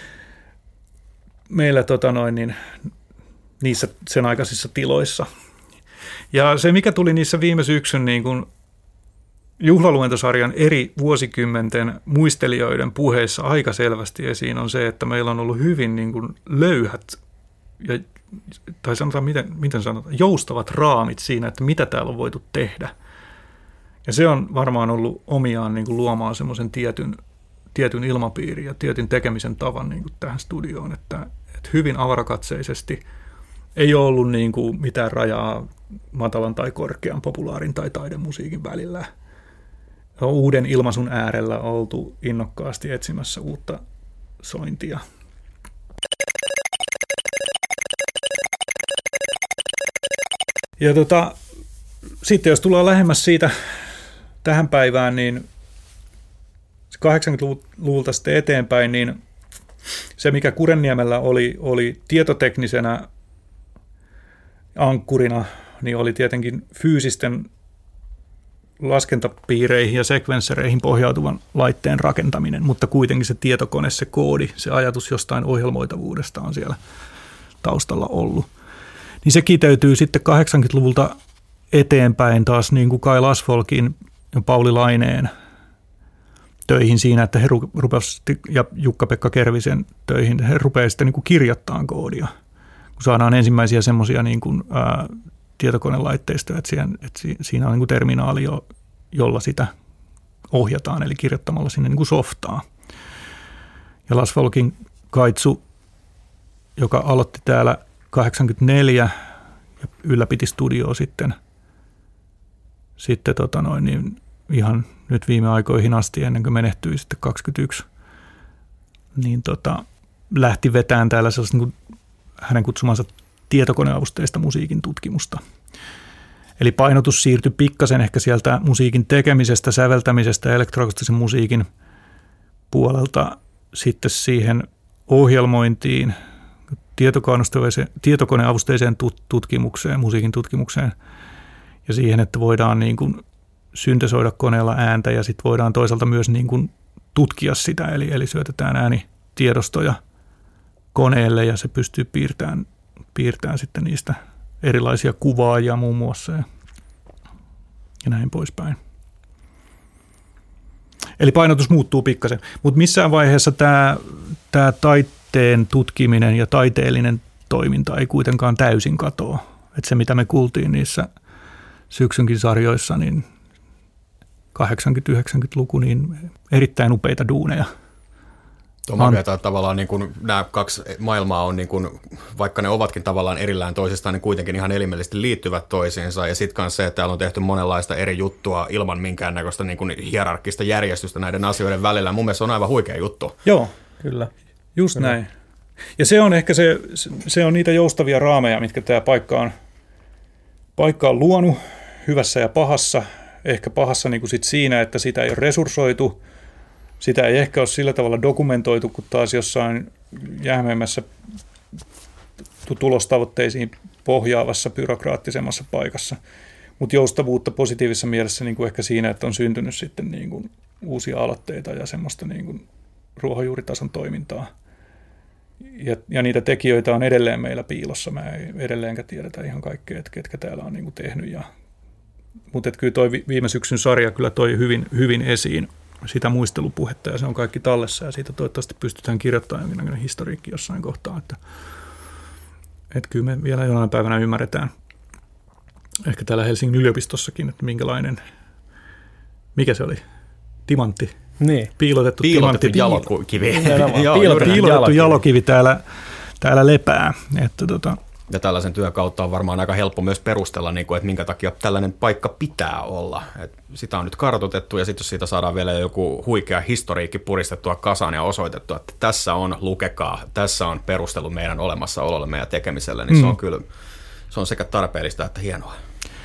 niissä sen aikaisissa tiloissa. Ja se, mikä tuli niissä viime syksyn niin kuin juhlaluentosarjan eri vuosikymmenten muistelijoiden puheissa aika selvästi esiin, on se, että meillä on ollut hyvin niin kuin löyhät, tai sanotaan, miten sanotaan, joustavat raamit siinä, että mitä täällä on voitu tehdä. Ja se on varmaan ollut omiaan niin kuin luomaan semmoisen tietyn ilmapiirin ja tietyn tekemisen tavan niin kuin tähän studioon, että hyvin avarakatseisesti ei ole ollut niin kuin mitään rajaa matalan tai korkean, populaarin tai taidemusiikin välillä. Uuden ilmaisun äärellä oltu innokkaasti etsimässä uutta sointia. Ja sitten jos tullaan lähemmäs siitä tähän päivään, niin 80-luvulta sitten eteenpäin, niin se, mikä Kurenniemellä oli tietoteknisenä ankkurina, niin oli tietenkin fyysisten laskentapiireihin ja sekvenssereihin pohjautuvan laitteen rakentaminen, mutta kuitenkin se tietokone, se koodi, se ajatus jostain ohjelmoitavuudesta on siellä taustalla ollut. Niin se kiteytyy sitten 80-luvulta eteenpäin taas niin kuin Kai Lasfolkin ja Pauli Laineen töihin siinä, että he rupesivat, ja Jukka-Pekka Kervisen töihin, he rupeavat sitten niin kuin kirjoittamaan koodia, kun saadaan ensimmäisiä semmoisia niin kuin tietokonelaitteistoja, että siinä on niin kuin terminaali, jolla sitä ohjataan, eli kirjoittamalla sinne niin kuin softaa. Ja Lasfolkin Kaitsu, joka aloitti täällä 84 ja ylläpiti studioa sitten niin ihan nyt viime aikoihin asti, ennen kuin menehtyi sitten 21, niin lähti vetämään täällä sellaista niin kuin hänen kutsumansa tietokoneavusteista musiikin tutkimusta. Eli painotus siirtyi pikkasen ehkä sieltä musiikin tekemisestä, säveltämisestä ja elektroakustisen musiikin puolelta sitten siihen ohjelmointiin, tietokoneavusteiseen tutkimukseen, musiikin tutkimukseen ja siihen, että voidaan niin kuin syntesoida koneella ääntä ja sitten voidaan toisaalta myös niin kuin tutkia sitä, eli syötetään äänitiedostoja koneelle ja se pystyy piirtämään sitten niistä erilaisia kuvaajia muun muassa ja näin poispäin. Eli painotus muuttuu pikkasen, mutta missään vaiheessa tämä taiteen tutkiminen ja taiteellinen toiminta ei kuitenkaan täysin katoa. Että se, mitä me kuultiin niissä syksynkin sarjoissa, niin 80-90-luku, niin erittäin upeita duuneja. Että tavallaan niin kuin nämä kaksi maailmaa on, niin kuin, vaikka ne ovatkin tavallaan erillään toisistaan, niin kuitenkin ihan elimellisesti liittyvät toisiinsa. Ja sitten myös se, että täällä on tehty monenlaista eri juttua ilman minkäännäköistä niin kuin hierarkkista järjestystä näiden asioiden välillä. Mun mielestä se on aivan huikea juttu. Joo, kyllä. Just kyllä. Näin. Ja se on ehkä se on niitä joustavia raameja, mitkä tämä paikka on luonut hyvässä ja pahassa. Ehkä pahassa niin kuin sit siinä, että sitä ei ole resurssoitu. Sitä ei ehkä ole sillä tavalla dokumentoitu, kuin taas jossain jähmeemmässä tulostavoitteisiin pohjaavassa byrokraattisemmassa paikassa. Mutta joustavuutta positiivisessa mielessä niin kuin ehkä siinä, että on syntynyt sitten niin kuin uusia aloitteita ja semmoista niin kuin ruohonjuuritason toimintaa. Ja niitä tekijöitä on edelleen meillä piilossa. Mä ei edelleenkään tiedetä ihan kaikkea, että ketkä täällä on niin kuin tehnyt. Mutta kyllä toi viime syksyn sarja kyllä toi hyvin, hyvin esiin sitä muistelupuhetta, ja se on kaikki tallessa, ja siitä toivottavasti pystytään kirjoittamaan jonkinlainen historiikki jossain kohtaa, että kyllä me vielä jonain päivänä ymmärretään, ehkä täällä Helsingin yliopistossakin, että mikä se oli, timantti, Niin. Piilotettu jalokivi. Piilotettu jalokivi täällä lepää. Että Ja tällaisen työn kautta on varmaan aika helppo myös perustella, niin kuin, että minkä takia tällainen paikka pitää olla. Että sitä on nyt kartoitettu ja sitten jos siitä saadaan vielä joku huikea historiikki puristettua kasaan ja osoitettua, että tässä on, lukekaa, tässä on perustelu meidän olemassaololle ja tekemiselle, niin se on kyllä se on sekä tarpeellista että hienoa.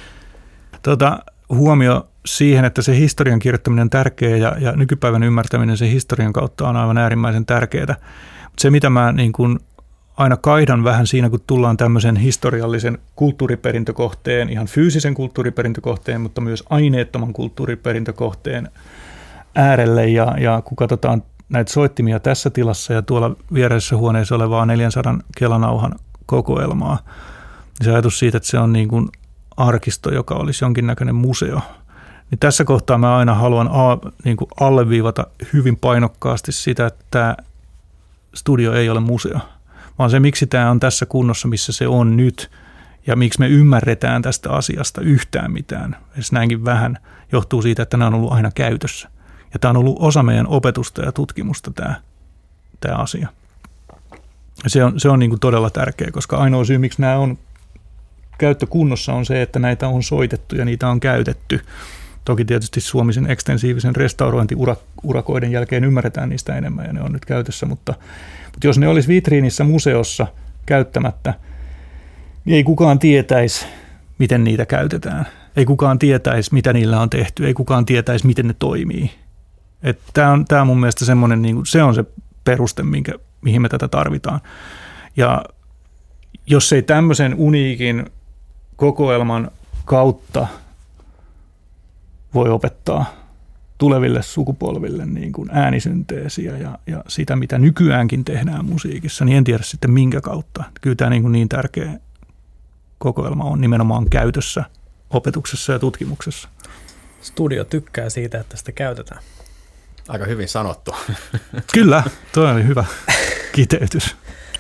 Huomio siihen, että se historian kirjoittaminen on tärkeää ja nykypäivän ymmärtäminen sen historian kautta on aivan äärimmäisen tärkeää. Mutta se, mitä mä niin kun aina kaihdan vähän siinä, kun tullaan tämmöisen historiallisen kulttuuriperintökohteen, ihan fyysisen kulttuuriperintökohteen, mutta myös aineettoman kulttuuriperintökohteen äärelle. Ja kun katsotaan näitä soittimia tässä tilassa ja tuolla viereisessä huoneessa olevaa 400 kelanauhan kokoelmaa, niin se ajatus siitä, että se on niin kuin arkisto, joka olisi jonkinnäköinen museo, niin tässä kohtaa mä aina haluan niin kuin alleviivata hyvin painokkaasti sitä, että tämä studio ei ole museo, vaan se, miksi tämä on tässä kunnossa, missä se on nyt, ja miksi me ymmärretään tästä asiasta yhtään mitään, edes näinkin vähän, johtuu siitä, että nämä on ollut aina käytössä. Ja tämä on ollut osa meidän opetusta ja tutkimusta tämä asia. Ja se on niin kuin todella tärkeä, koska ainoa syy, miksi nämä on käyttökunnossa, on se, että näitä on soitettu ja niitä on käytetty. Toki tietysti Suomisen ekstensiivisen restaurointiurakoiden jälkeen ymmärretään niistä enemmän ja ne on nyt käytössä, mutta jos ne olisi vitriinissä museossa käyttämättä, niin ei kukaan tietäisi, miten niitä käytetään. Ei kukaan tietäisi, mitä niillä on tehty. Ei kukaan tietäisi, miten ne toimii. Tämä on mun mielestä semmoinen, niin se on se peruste, mihin me tätä tarvitaan. Ja jos ei tämmöisen uniikin kokoelman kautta voi opettaa tuleville sukupolville niin kuin äänisynteesiä ja sitä, mitä nykyäänkin tehdään musiikissa, niin en tiedä sitten minkä kautta. Kyllä tämä niin tärkeä kokoelma on nimenomaan käytössä opetuksessa ja tutkimuksessa. Studio tykkää siitä, että sitä käytetään. Aika hyvin sanottu. Kyllä, toi oli hyvä kiteytys.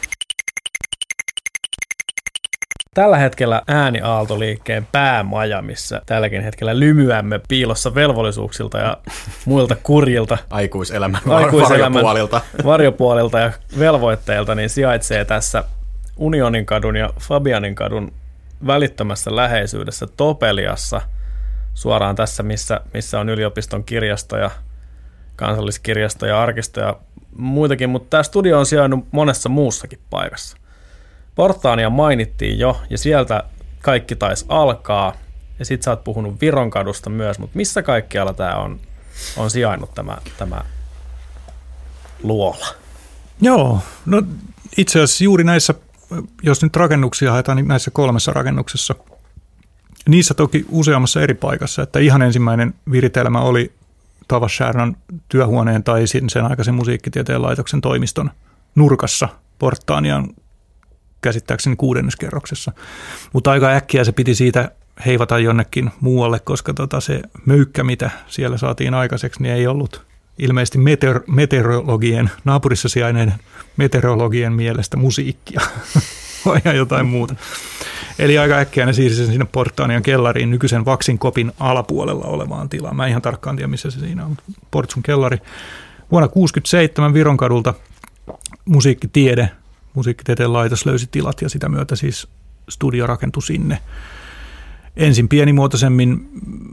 Tällä hetkellä Ääniaaltoliikkeen päämaja, missä tälläkin hetkellä lymyämme piilossa velvollisuuksilta ja muilta kurjilta aikuiselämän varjopuolilta ja velvoitteilta, niin sijaitsee tässä Unioninkadun ja Fabianinkadun välittömässä läheisyydessä Topeliassa, suoraan tässä, missä on yliopiston kirjasto ja kansalliskirjasto ja arkisto ja muitakin, mutta tämä studio on sijainnut monessa muussakin paikassa. Portaania mainittiin jo, ja sieltä kaikki taisi alkaa, ja sit sä oot puhunut Vironkadusta myös, mutta missä kaikkialla tämä on sijainnut tämä luola? Joo, no itse asiassa juuri näissä, jos nyt rakennuksia haetaan, niin näissä 3 rakennuksessa, niissä toki useammassa eri paikassa, että ihan ensimmäinen viritelmä oli Tavastjärnan työhuoneen tai sen aikaisen musiikkitieteen laitoksen toimiston nurkassa Portaanian käsittääkseni 6. kerroksessa. Mutta aika äkkiä se piti siitä heivata jonnekin muualle, koska se möykkä, mitä siellä saatiin aikaiseksi, niin ei ollut ilmeisesti meteorologien, naapurissa sijaineen meteorologien mielestä musiikkia vai jotain muuta. Eli aika äkkiä ne siirsi sen sinne Portaanian kellariin nykyisen Vaksin kopin alapuolella olevaan tilaan. Mä en ihan tarkkaan tiedä, missä se siinä on, mutta Portsun kellari. Vuonna 1967 Vironkadulta musiikkitieteen laitos löysi tilat ja sitä myötä siis studio rakentui sinne. Ensin pienimuotoisemmin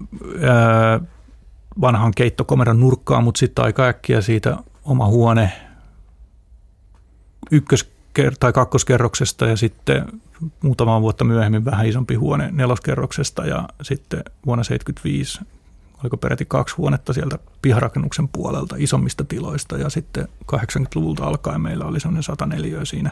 vanhan keittokomeron nurkkaan, mutta sitten aika äkkiä siitä oma huone tai kakkoskerroksesta ja sitten muutamaa vuotta myöhemmin vähän isompi huone 4. kerroksesta ja sitten vuonna 1975 oliko peräti 2 huonetta sieltä piharakennuksen puolelta isommista tiloista ja sitten 80-luvulta alkaen meillä oli semmoinen 104 siinä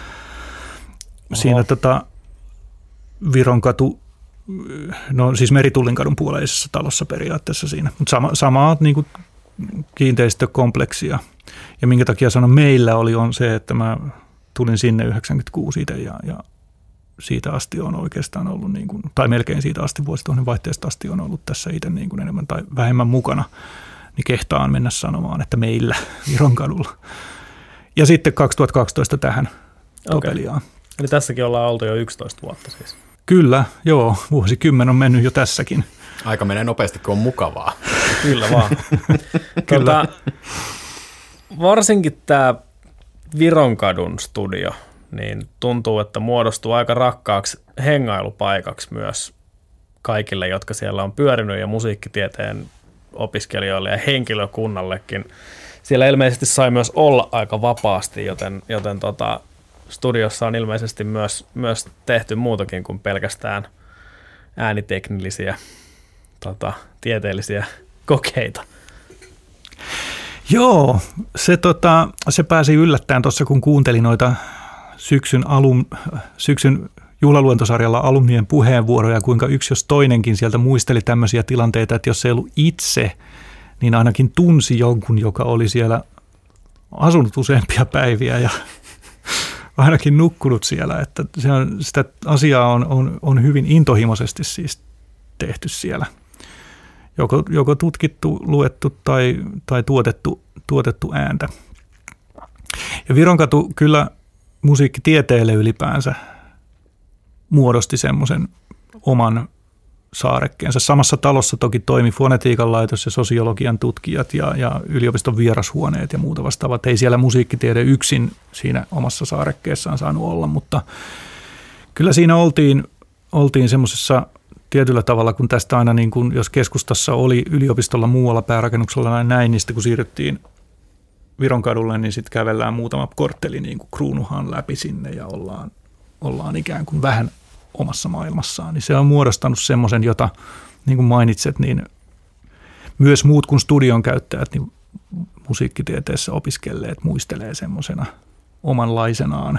Vironkatu, no siis Meritullinkadun puoleisessa talossa periaatteessa siinä, mutta samaa niin kuin kiinteistökompleksia. Ja minkä takia sanon meillä on se, että mä tulin sinne 96 itse ja siitä asti on oikeastaan ollut, niin kuin, tai melkein siitä asti, vuosituhannen vaihteesta asti on ollut tässä itse niin kuin enemmän tai vähemmän mukana, niin kehtaan mennä sanomaan, että meillä Vironkadulla. Ja sitten 2012 tähän Topeliaan. Eli tässäkin ollaan oltu jo 11 vuotta siis. Kyllä, joo, vuosikymmen on mennyt jo tässäkin. Aika menee nopeasti, kun on mukavaa. Kyllä vaan. Kyllä. Varsinkin tämä Vironkadun studio, niin tuntuu, että muodostuu aika rakkaaksi hengailupaikaksi myös kaikille, jotka siellä on pyörinyt ja musiikkitieteen opiskelijoille ja henkilökunnallekin. Siellä ilmeisesti sai myös olla aika vapaasti, joten studiossa on ilmeisesti myös tehty muutakin kuin pelkästään ääniteknillisiä tieteellisiä kokeita. Joo, se pääsi yllättäen tuossa, kun kuuntelin noita syksyn juhlaluentosarjalla alumnien puheenvuoroja, kuinka yksi jos toinenkin sieltä muisteli tämmöisiä tilanteita, että jos ei ollut itse, niin ainakin tunsi jonkun, joka oli siellä asunut useampia päiviä ja ainakin nukkunut siellä. Että sitä asiaa on hyvin intohimoisesti siis tehty siellä. Joko tutkittu, luettu tai tuotettu ääntä. Ja Vironkatu kyllä musiikkitieteelle ylipäänsä muodosti semmoisen oman saarekkeensa. Samassa talossa toki toimi fonetiikan laitos ja sosiologian tutkijat ja yliopiston vierashuoneet ja muuta vastaavat. Ei siellä musiikkitiede yksin siinä omassa saarekkeessaan saanut olla, mutta kyllä siinä oltiin semmoisessa tietyllä tavalla, kun tästä aina niin kuin, jos keskustassa oli yliopistolla muualla päärakennuksella näin, niin sitten kun siirryttiin Vironkadulle, niin sitten kävellään muutama kortteli niin kuin Kruunuhan läpi sinne ja ollaan ikään kuin vähän omassa maailmassaan. Niin se on muodostanut semmoisen, jota niin kuin mainitset, niin myös muut kuin studion käyttäjät, niin musiikkitieteessä opiskelleet muistelee semmoisena omanlaisenaan,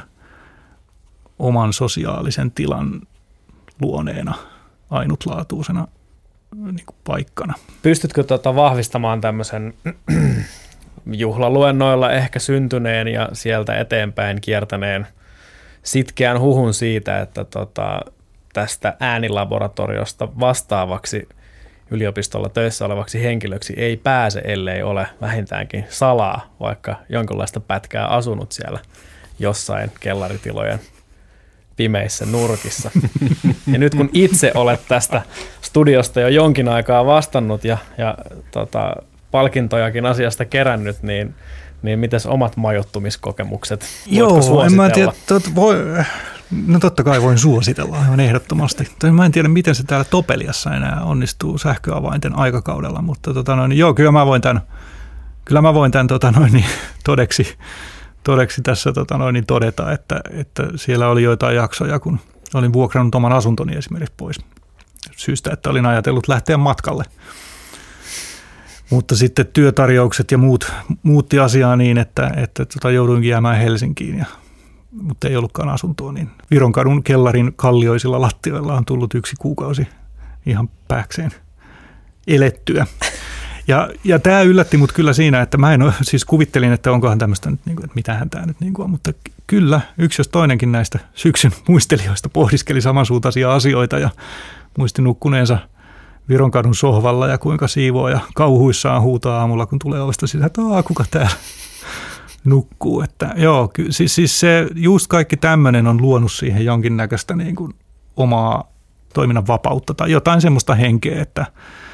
oman sosiaalisen tilan luoneena, ainutlaatuisena niin kuin paikkana. Pystytkö vahvistamaan tämmöisen juhlaluennoilla ehkä syntyneen ja sieltä eteenpäin kiertäneen sitkeän huhun siitä, että tästä äänilaboratoriosta vastaavaksi yliopistolla töissä olevaksi henkilöksi ei pääse, ellei ole vähintäänkin salaa, vaikka jonkinlaista pätkää asunut siellä jossain kellaritilojen pimeissä nurkissa. Ja nyt kun itse olet tästä studiosta jo jonkin aikaa vastannut ja palkintojakin asiasta kerännyt, niin mitäs omat majoittumiskokemukset? Voitko suositella? En mä tiedä, no totta kai voin suositella aivan ehdottomasti. Mä en tiedä, miten se täällä Topeliassa enää onnistuu sähköavainten aikakaudella, mutta kyllä mä voin tämän todeksi tässä todeta, että siellä oli joitain jaksoja, kun olin vuokrannut oman asuntoni esimerkiksi pois syystä, että olin ajatellut lähteä matkalle. Mutta sitten työtarjoukset ja muutti asiaa niin, että jouduinkin jäämään Helsinkiin, mutta ei ollutkaan asuntoa. Niin Vironkadun kellarin kallioisilla lattioilla on tullut 1 kuukausi ihan pääkseen elettyä. Ja tämä yllätti mut kyllä siinä, että mä siis kuvittelin, että onkohan tämmöistä nyt, että mitähän tämä nyt on, mutta kyllä yksi jos toinenkin näistä syksyn muistelijoista pohdiskeli samansuuntaisia asioita ja muisti nukkuneensa Vironkadun sohvalla ja kuinka siivooja kauhuissaan huutaa aamulla, kun tulee ovesta sisään, että kuka täällä nukkuu. Että joo, siis se just kaikki tämmöinen on luonut siihen jonkinnäköistä niin kuin omaa toiminnan vapautta tai jotain semmoista henkeä, että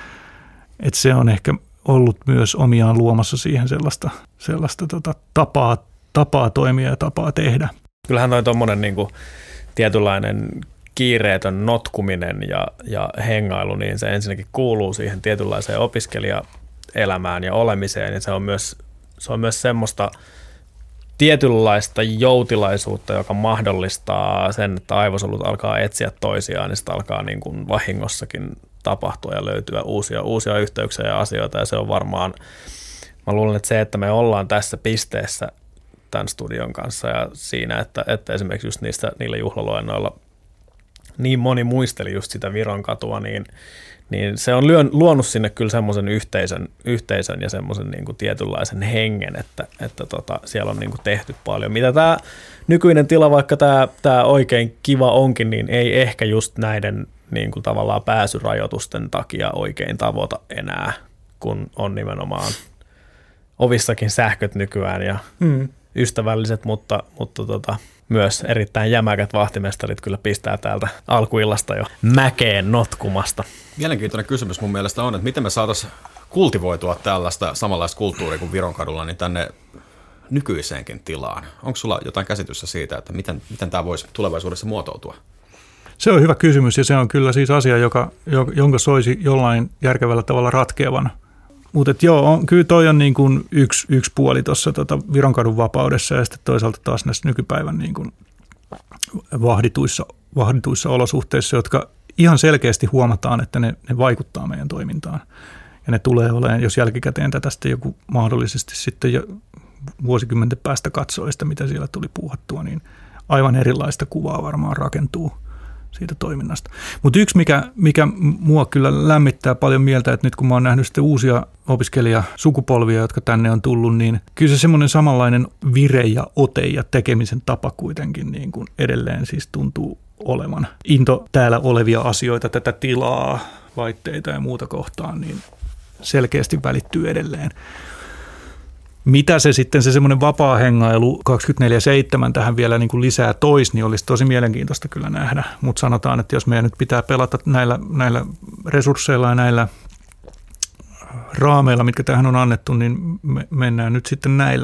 se on ehkä ollut myös omiaan luomassa siihen sellaista tapaa toimia ja tapaa tehdä. Kyllähän toi tommonen niin kuin tietynlainen kiireetön notkuminen ja hengailu, niin se ensinnäkin kuuluu siihen tietynlaiseen opiskelijaelämään ja olemiseen, ja se on myös semmoista tietynlaista joutilaisuutta, joka mahdollistaa sen, että aivosolut alkaa etsiä toisiaan, niin sitä alkaa niin kuin vahingossakin tapahtua ja löytyä uusia yhteyksiä ja asioita, ja se on varmaan, mä luulen, että se, että me ollaan tässä pisteessä tämän studion kanssa ja siinä, että esimerkiksi just niillä juhlaluennoilla niin moni muisteli just sitä Vironkatua, niin se on luonut sinne kyllä semmoisen yhteisön ja semmoisen niin kuin tietynlaisen hengen, että siellä on niin kuin tehty paljon. Mitä tämä nykyinen tila, vaikka tämä oikein kiva onkin, niin ei ehkä just näiden niin kuin tavallaan pääsyrajoitusten takia oikein tavoita enää, kun on nimenomaan ovissakin sähköt nykyään ja ystävälliset, mutta myös erittäin jämäkät vahtimestarit kyllä pistää täältä alkuillasta jo mäkeen notkumasta. Mielenkiintoinen kysymys mun mielestä on, että miten me saataisiin kultivoitua tällaista samanlaista kulttuuria kuin Vironkadulla niin tänne nykyiseenkin tilaan? Onko sulla jotain käsitystä siitä, että miten tämä voisi tulevaisuudessa muotoutua? Se on hyvä kysymys ja se on kyllä siis asia, jonka soisi jollain järkevällä tavalla ratkeavan. Mutta joo, kyllä toi on niin kuin yksi puoli tuossa Vironkadun vapaudessa ja sitten toisaalta taas näissä nykypäivän niin kuin vahdituissa olosuhteissa, jotka ihan selkeästi huomataan, että ne vaikuttaa meidän toimintaan. Ja ne tulee olemaan, jos jälkikäteen tätä sitten joku mahdollisesti sitten jo vuosikymmenten päästä katsoo sitä, mitä siellä tuli puuhattua, niin aivan erilaista kuvaa varmaan rakentuu siitä toiminnasta. Mutta yksi, mikä mua kyllä lämmittää paljon mieltä, että nyt kun mä oon nähnyt sitten uusia opiskelijasukupolvia, jotka tänne on tullut, niin kyllä se semmoinen samanlainen vire ja ote ja tekemisen tapa kuitenkin niin kuin edelleen siis tuntuu olevan. Into täällä olevia asioita, tätä tilaa, laitteita ja muuta kohtaan, niin selkeästi välittyy edelleen. Mitä se sitten se semmoinen vapaa hengailu 24/7 tähän vielä niin kuin lisää toisi, niin olisi tosi mielenkiintoista kyllä nähdä. Mutta sanotaan, että jos meidän nyt pitää pelata näillä resursseilla ja näillä raameilla, mitkä tähän on annettu, niin mennään nyt sitten näillä.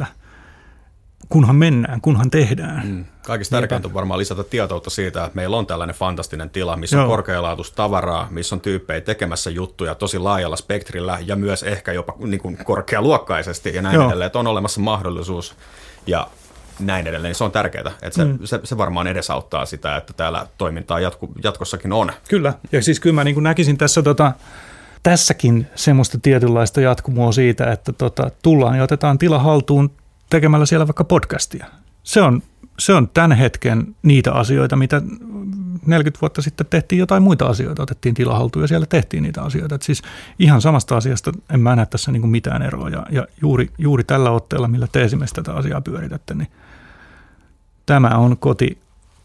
Kunhan tehdään. Kaikista tärkeintä on varmaan lisätä tietoutta siitä, että meillä on tällainen fantastinen tila, missä on korkealaatuista tavaraa, missä on tyyppejä tekemässä juttuja tosi laajalla spektrillä ja myös ehkä jopa niin kuin korkealuokkaisesti ja näin edelleen, että on olemassa mahdollisuus ja näin edelleen. Se on tärkeää, että se varmaan edesauttaa sitä, että täällä toimintaa jatkossakin on. Kyllä, ja siis kyllä mä niin kuin näkisin tässä tässäkin semmoista tietynlaista jatkumoa siitä, että tullaan ja otetaan tila haltuun tekemällä siellä vaikka podcastia. Se on tämän hetken niitä asioita, mitä 40 vuotta sitten tehtiin jotain muita asioita. Otettiin tilahaltuun ja siellä tehtiin niitä asioita. Et siis ihan samasta asiasta en mä näe tässä niinku mitään eroa. Ja juuri tällä otteella, millä te esimerkiksi tätä asiaa pyöritätte, niin tämä on koti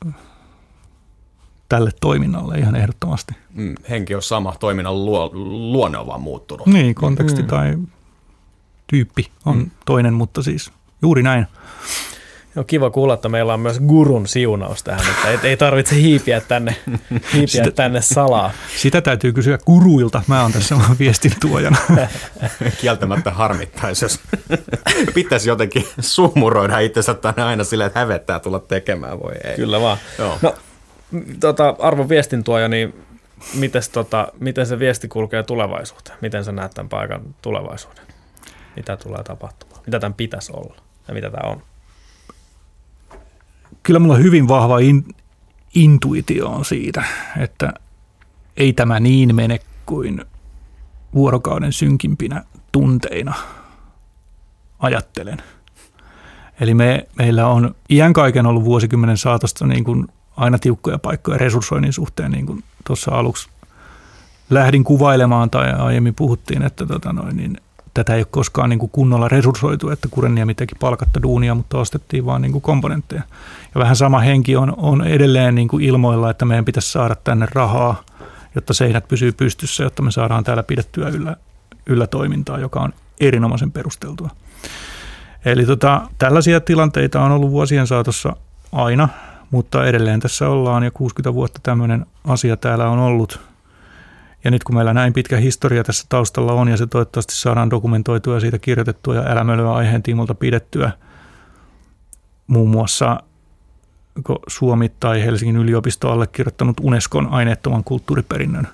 tälle toiminnalle ihan ehdottomasti. Henki on sama, toiminnan luonne on vaan muuttunut. Niin, konteksti tai tyyppi on toinen, mutta siis juuri näin. On kiva kuulla, että meillä on myös gurun siunaus tähän, että ei tarvitse hiipiä tänne salaa. Sitä täytyy kysyä guruilta. Mä oon tässä viestin tuojana. Kieltämättä harmittaisi, jos pitäisi jotenkin sumuroida itsensä tänne aina silleen, että hävettää tulla tekemään. Voi ei. Kyllä vaan. Joo. No, arvon viestin tuoja, niin miten se viesti kulkee tulevaisuuteen? Miten sä näet tämän paikan tulevaisuuden? Mitä tulee tapahtumaan? Mitä tämän pitäisi olla ja mitä tämä on? Kyllä mulla on hyvin vahva intuitio on siitä, että ei tämä niin mene kuin vuorokauden synkimpinä tunteina ajattelen. Eli meillä on iän kaiken ollut vuosikymmenen saatosta niin kuin aina tiukkoja paikkoja resurssoinnin suhteen, niin kuin tuossa aluksi lähdin kuvailemaan tai aiemmin puhuttiin, että niin tätä ei ole koskaan niin kuin kunnolla resurssoitu, että Kurenniemi teki palkatta duunia, mutta ostettiin vaan niin kuin komponentteja. Ja vähän sama henki on edelleen niin kuin ilmoilla, että meidän pitäisi saada tänne rahaa, jotta seinät pysyy pystyssä, jotta me saadaan täällä pidettyä yllä toimintaa, joka on erinomaisen perusteltua. Eli tällaisia tilanteita on ollut vuosien saatossa aina, mutta edelleen tässä ollaan ja 60 vuotta tämmöinen asia täällä on ollut. Ja nyt kun meillä näin pitkä historia tässä taustalla on ja se toivottavasti saadaan dokumentoitua ja siitä kirjoitettua ja älämölyä aiheen tiimolta pidettyä, muun muassa Suomi tai Helsingin yliopisto on allekirjoittanut Unescon aineettoman kulttuuriperinnön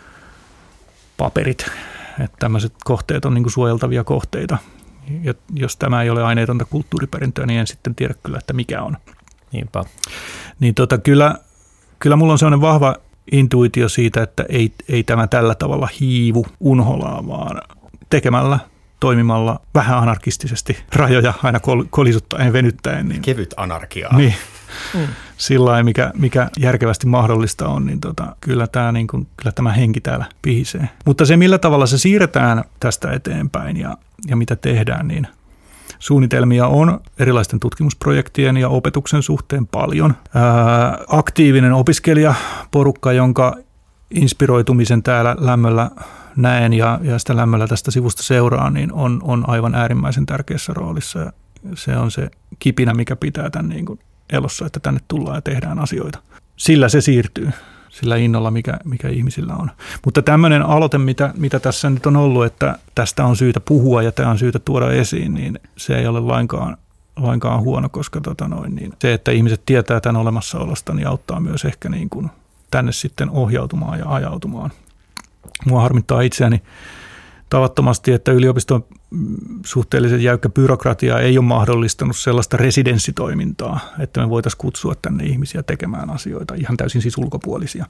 paperit. Että tämmöiset kohteet on niin kuin suojeltavia kohteita. Ja jos tämä ei ole aineetonta kulttuuriperintöä, niin en sitten tiedä kyllä, että mikä on. Niinpä. Niin kyllä mulla on sellainen vahva intuitio siitä, että ei tämä tällä tavalla hiivu unholaan, vaan tekemällä, toimimalla vähän anarkistisesti rajoja aina kolisuttaen, venyttäen. Niin, kevyt anarkiaa. Niin, sillä lailla, mikä järkevästi mahdollista on, niin kyllä tämä henki täällä pihisee. Mutta se, millä tavalla se siirretään tästä eteenpäin ja mitä tehdään, niin suunnitelmia on erilaisten tutkimusprojektien ja opetuksen suhteen paljon. Aktiivinen opiskelijaporukka, jonka inspiroitumisen täällä lämmöllä näen ja sitä lämmöllä tästä sivusta seuraan, niin on aivan äärimmäisen tärkeässä roolissa. Ja se on se kipinä, mikä pitää tämän niin kuin elossa, että tänne tullaan ja tehdään asioita. Sillä se siirtyy. sillä innolla, mikä ihmisillä on. Mutta tämmöinen aloite, mitä tässä nyt on ollut, että tästä on syytä puhua ja tämä on syytä tuoda esiin, niin se ei ole lainkaan huono, koska niin se, että ihmiset tietää tämän olemassaolosta, niin auttaa myös ehkä niin kuin tänne sitten ohjautumaan ja ajautumaan. Mua harmittaa itseäni tavattomasti, että yliopiston suhteellisen jäykkä byrokratia ei ole mahdollistanut sellaista residenssitoimintaa, että me voitaisiin kutsua tänne ihmisiä tekemään asioita, ihan täysin siis ulkopuolisia.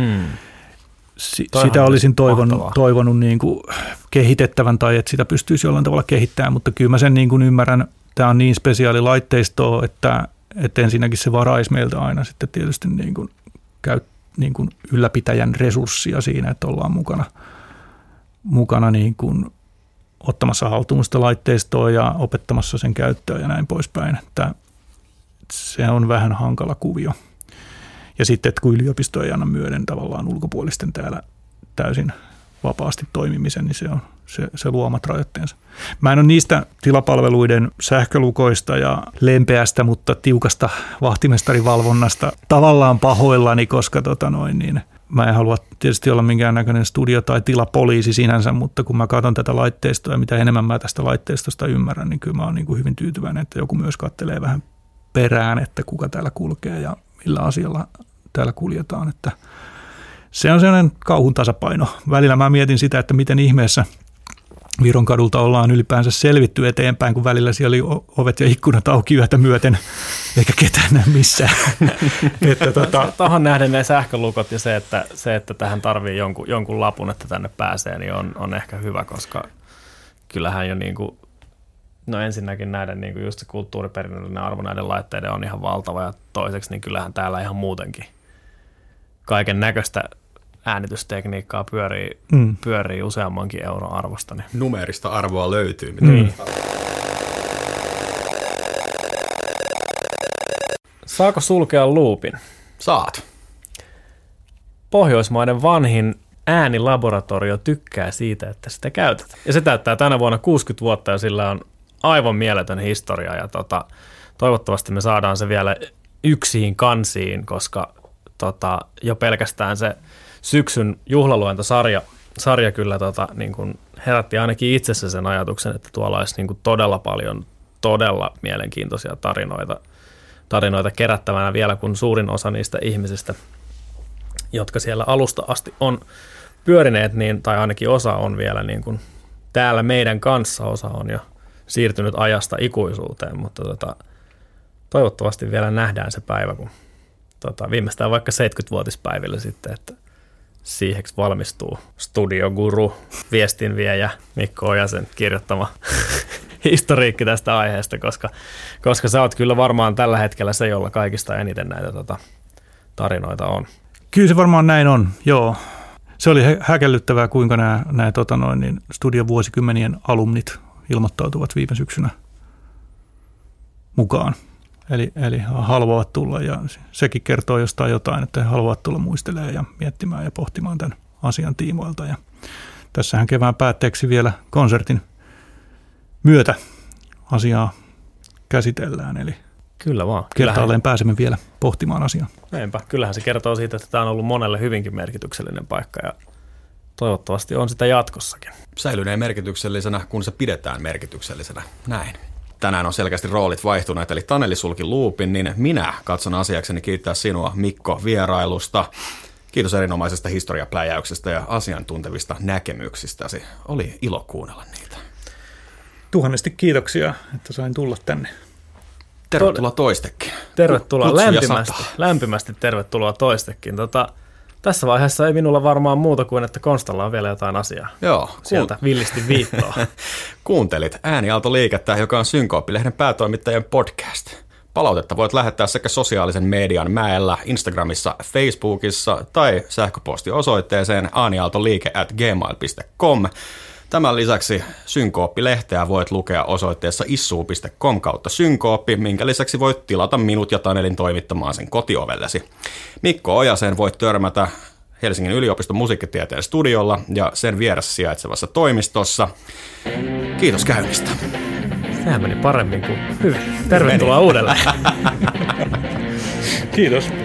Sitä olisin toivonut niin kuin kehitettävän tai että sitä pystyisi jollain tavalla kehittämään, mutta kyllä mä sen niin kuin ymmärrän, tämä on niin spesiaali laitteistoa, että ensinnäkin se varaisi meiltä aina sitten tietysti niin kuin ylläpitäjän resurssia siinä, että ollaan mukana niin kuin ottamassa haltuun sitä laitteistoa ja opettamassa sen käyttöä ja näin poispäin. Että se on vähän hankala kuvio. Ja sitten, että kun yliopisto ei anna myöden tavallaan ulkopuolisten täällä täysin vapaasti toimimisen, niin se luo omat rajoitteensa. Mä en ole niistä tilapalveluiden sähkölukoista ja lempeästä, mutta tiukasta vahtimestarivalvonnasta tavallaan pahoillani, koska mä en halua tietysti olla minkäännäköinen studio- tai tilapoliisi sinänsä, mutta kun mä katson tätä laitteistoa ja mitä enemmän mä tästä laitteistosta ymmärrän, niin kyllä mä oon niin kuin hyvin tyytyväinen, että joku myös kattelee vähän perään, että kuka täällä kulkee ja millä asialla täällä kuljetaan. Että se on sellainen kauhun tasapaino. Välillä mä mietin sitä, että miten ihmeessä Viron kadulta ollaan ylipäänsä selvitty eteenpäin, kun välillä siellä oli ovet ja ikkunat auki yötä myöten, eikä ketään näe missään. Tuohon nähden ne sähkölukot ja se, että tähän tarvii jonkun lapun, että tänne pääsee, niin on ehkä hyvä, koska kyllähän jo niin kuin, no ensinnäkin näiden niin kuin just se kulttuuriperinnöllinen arvo näiden laitteiden on ihan valtava, ja toiseksi niin kyllähän täällä ihan muutenkin kaiken näköistä äänitystekniikkaa pyörii useammankin euron arvosta. Niin. Numeerista arvoa löytyy. Saako sulkea loopin? Saat. Pohjoismaiden vanhin äänilaboratorio tykkää siitä, että sitä käytetään. Ja se täyttää tänä vuonna 60 vuotta ja sillä on aivan mieletön historia. Ja toivottavasti me saadaan se vielä yksiin kansiin, koska jo pelkästään se syksyn juhlaluentosarja kyllä niin kuin herätti ainakin itsessä sen ajatuksen, että tuolla olisi niin kuin todella paljon todella mielenkiintoisia tarinoita kerättävänä vielä, kun suurin osa niistä ihmisistä, jotka siellä alusta asti on pyörineet, niin, tai ainakin osa on vielä niin kuin täällä meidän kanssa, osa on jo siirtynyt ajasta ikuisuuteen, mutta toivottavasti vielä nähdään se päivä, kun viimeistään vaikka 70-vuotispäivillä sitten, että siihen valmistuu studioguru, viestinviejä Mikko Ojasen kirjoittama historiikki tästä aiheesta, koska sä oot kyllä varmaan tällä hetkellä se, jolla kaikista eniten näitä tarinoita on. Kyllä se varmaan näin on, joo. Se oli häkellyttävää, kuinka nämä studiovuosikymmenien alumnit ilmoittautuvat viime syksynä mukaan. Eli haluavat tulla, ja sekin kertoo jostain jotain, että he haluavat tulla muistelemaan ja miettimään ja pohtimaan tämän asian tiimoilta. Ja tässähän kevään päätteeksi vielä konsertin myötä asiaa käsitellään, eli kyllä vaan. Kertaalleen pääsemme vielä pohtimaan asiaa. Näinpä. Kyllähän se kertoo siitä, että tämä on ollut monelle hyvinkin merkityksellinen paikka, ja toivottavasti on sitä jatkossakin. Säilyneen merkityksellisenä, kun se pidetään merkityksellisenä. Näin. Tänään on selkeästi roolit vaihtuneet, eli Taneli sulki loopin, niin minä katson asiakseni kiittää sinua, Mikko, vierailusta. Kiitos erinomaisesta historiapläjäyksestä ja asiantuntevista näkemyksistäsi. Oli ilo kuunnella niitä. Tuhannesti kiitoksia, että sain tulla tänne. Tervetuloa toistekin. Tervetuloa lämpimästi tervetuloa toistekin. Tässä vaiheessa ei minulla varmaan muuta kuin, että Konstalla on vielä jotain asiaa. Joo. Sieltä villisti viittoa. Kuuntelit Ääniaalto-liikettä, joka on Synkooppi-lehden päätoimittajien podcast. Palautetta voit lähettää sekä sosiaalisen median mäellä, Instagramissa, Facebookissa tai sähköpostiosoitteeseen aaniaaltoliike@gmail.com. Tämän lisäksi Synkooppi-lehteä voit lukea osoitteessa issuu.com/synkooppi, minkä lisäksi voit tilata minut ja Tanelin toimittamaan sen kotiovellesi. Mikko Ojasen voit törmätä Helsingin yliopiston musiikkitieteen studiolla ja sen vieressä sijaitsevassa toimistossa. Kiitos käynnistä. Sehän meni paremmin kuin hyvin. Tervetuloa uudelleen. Kiitos.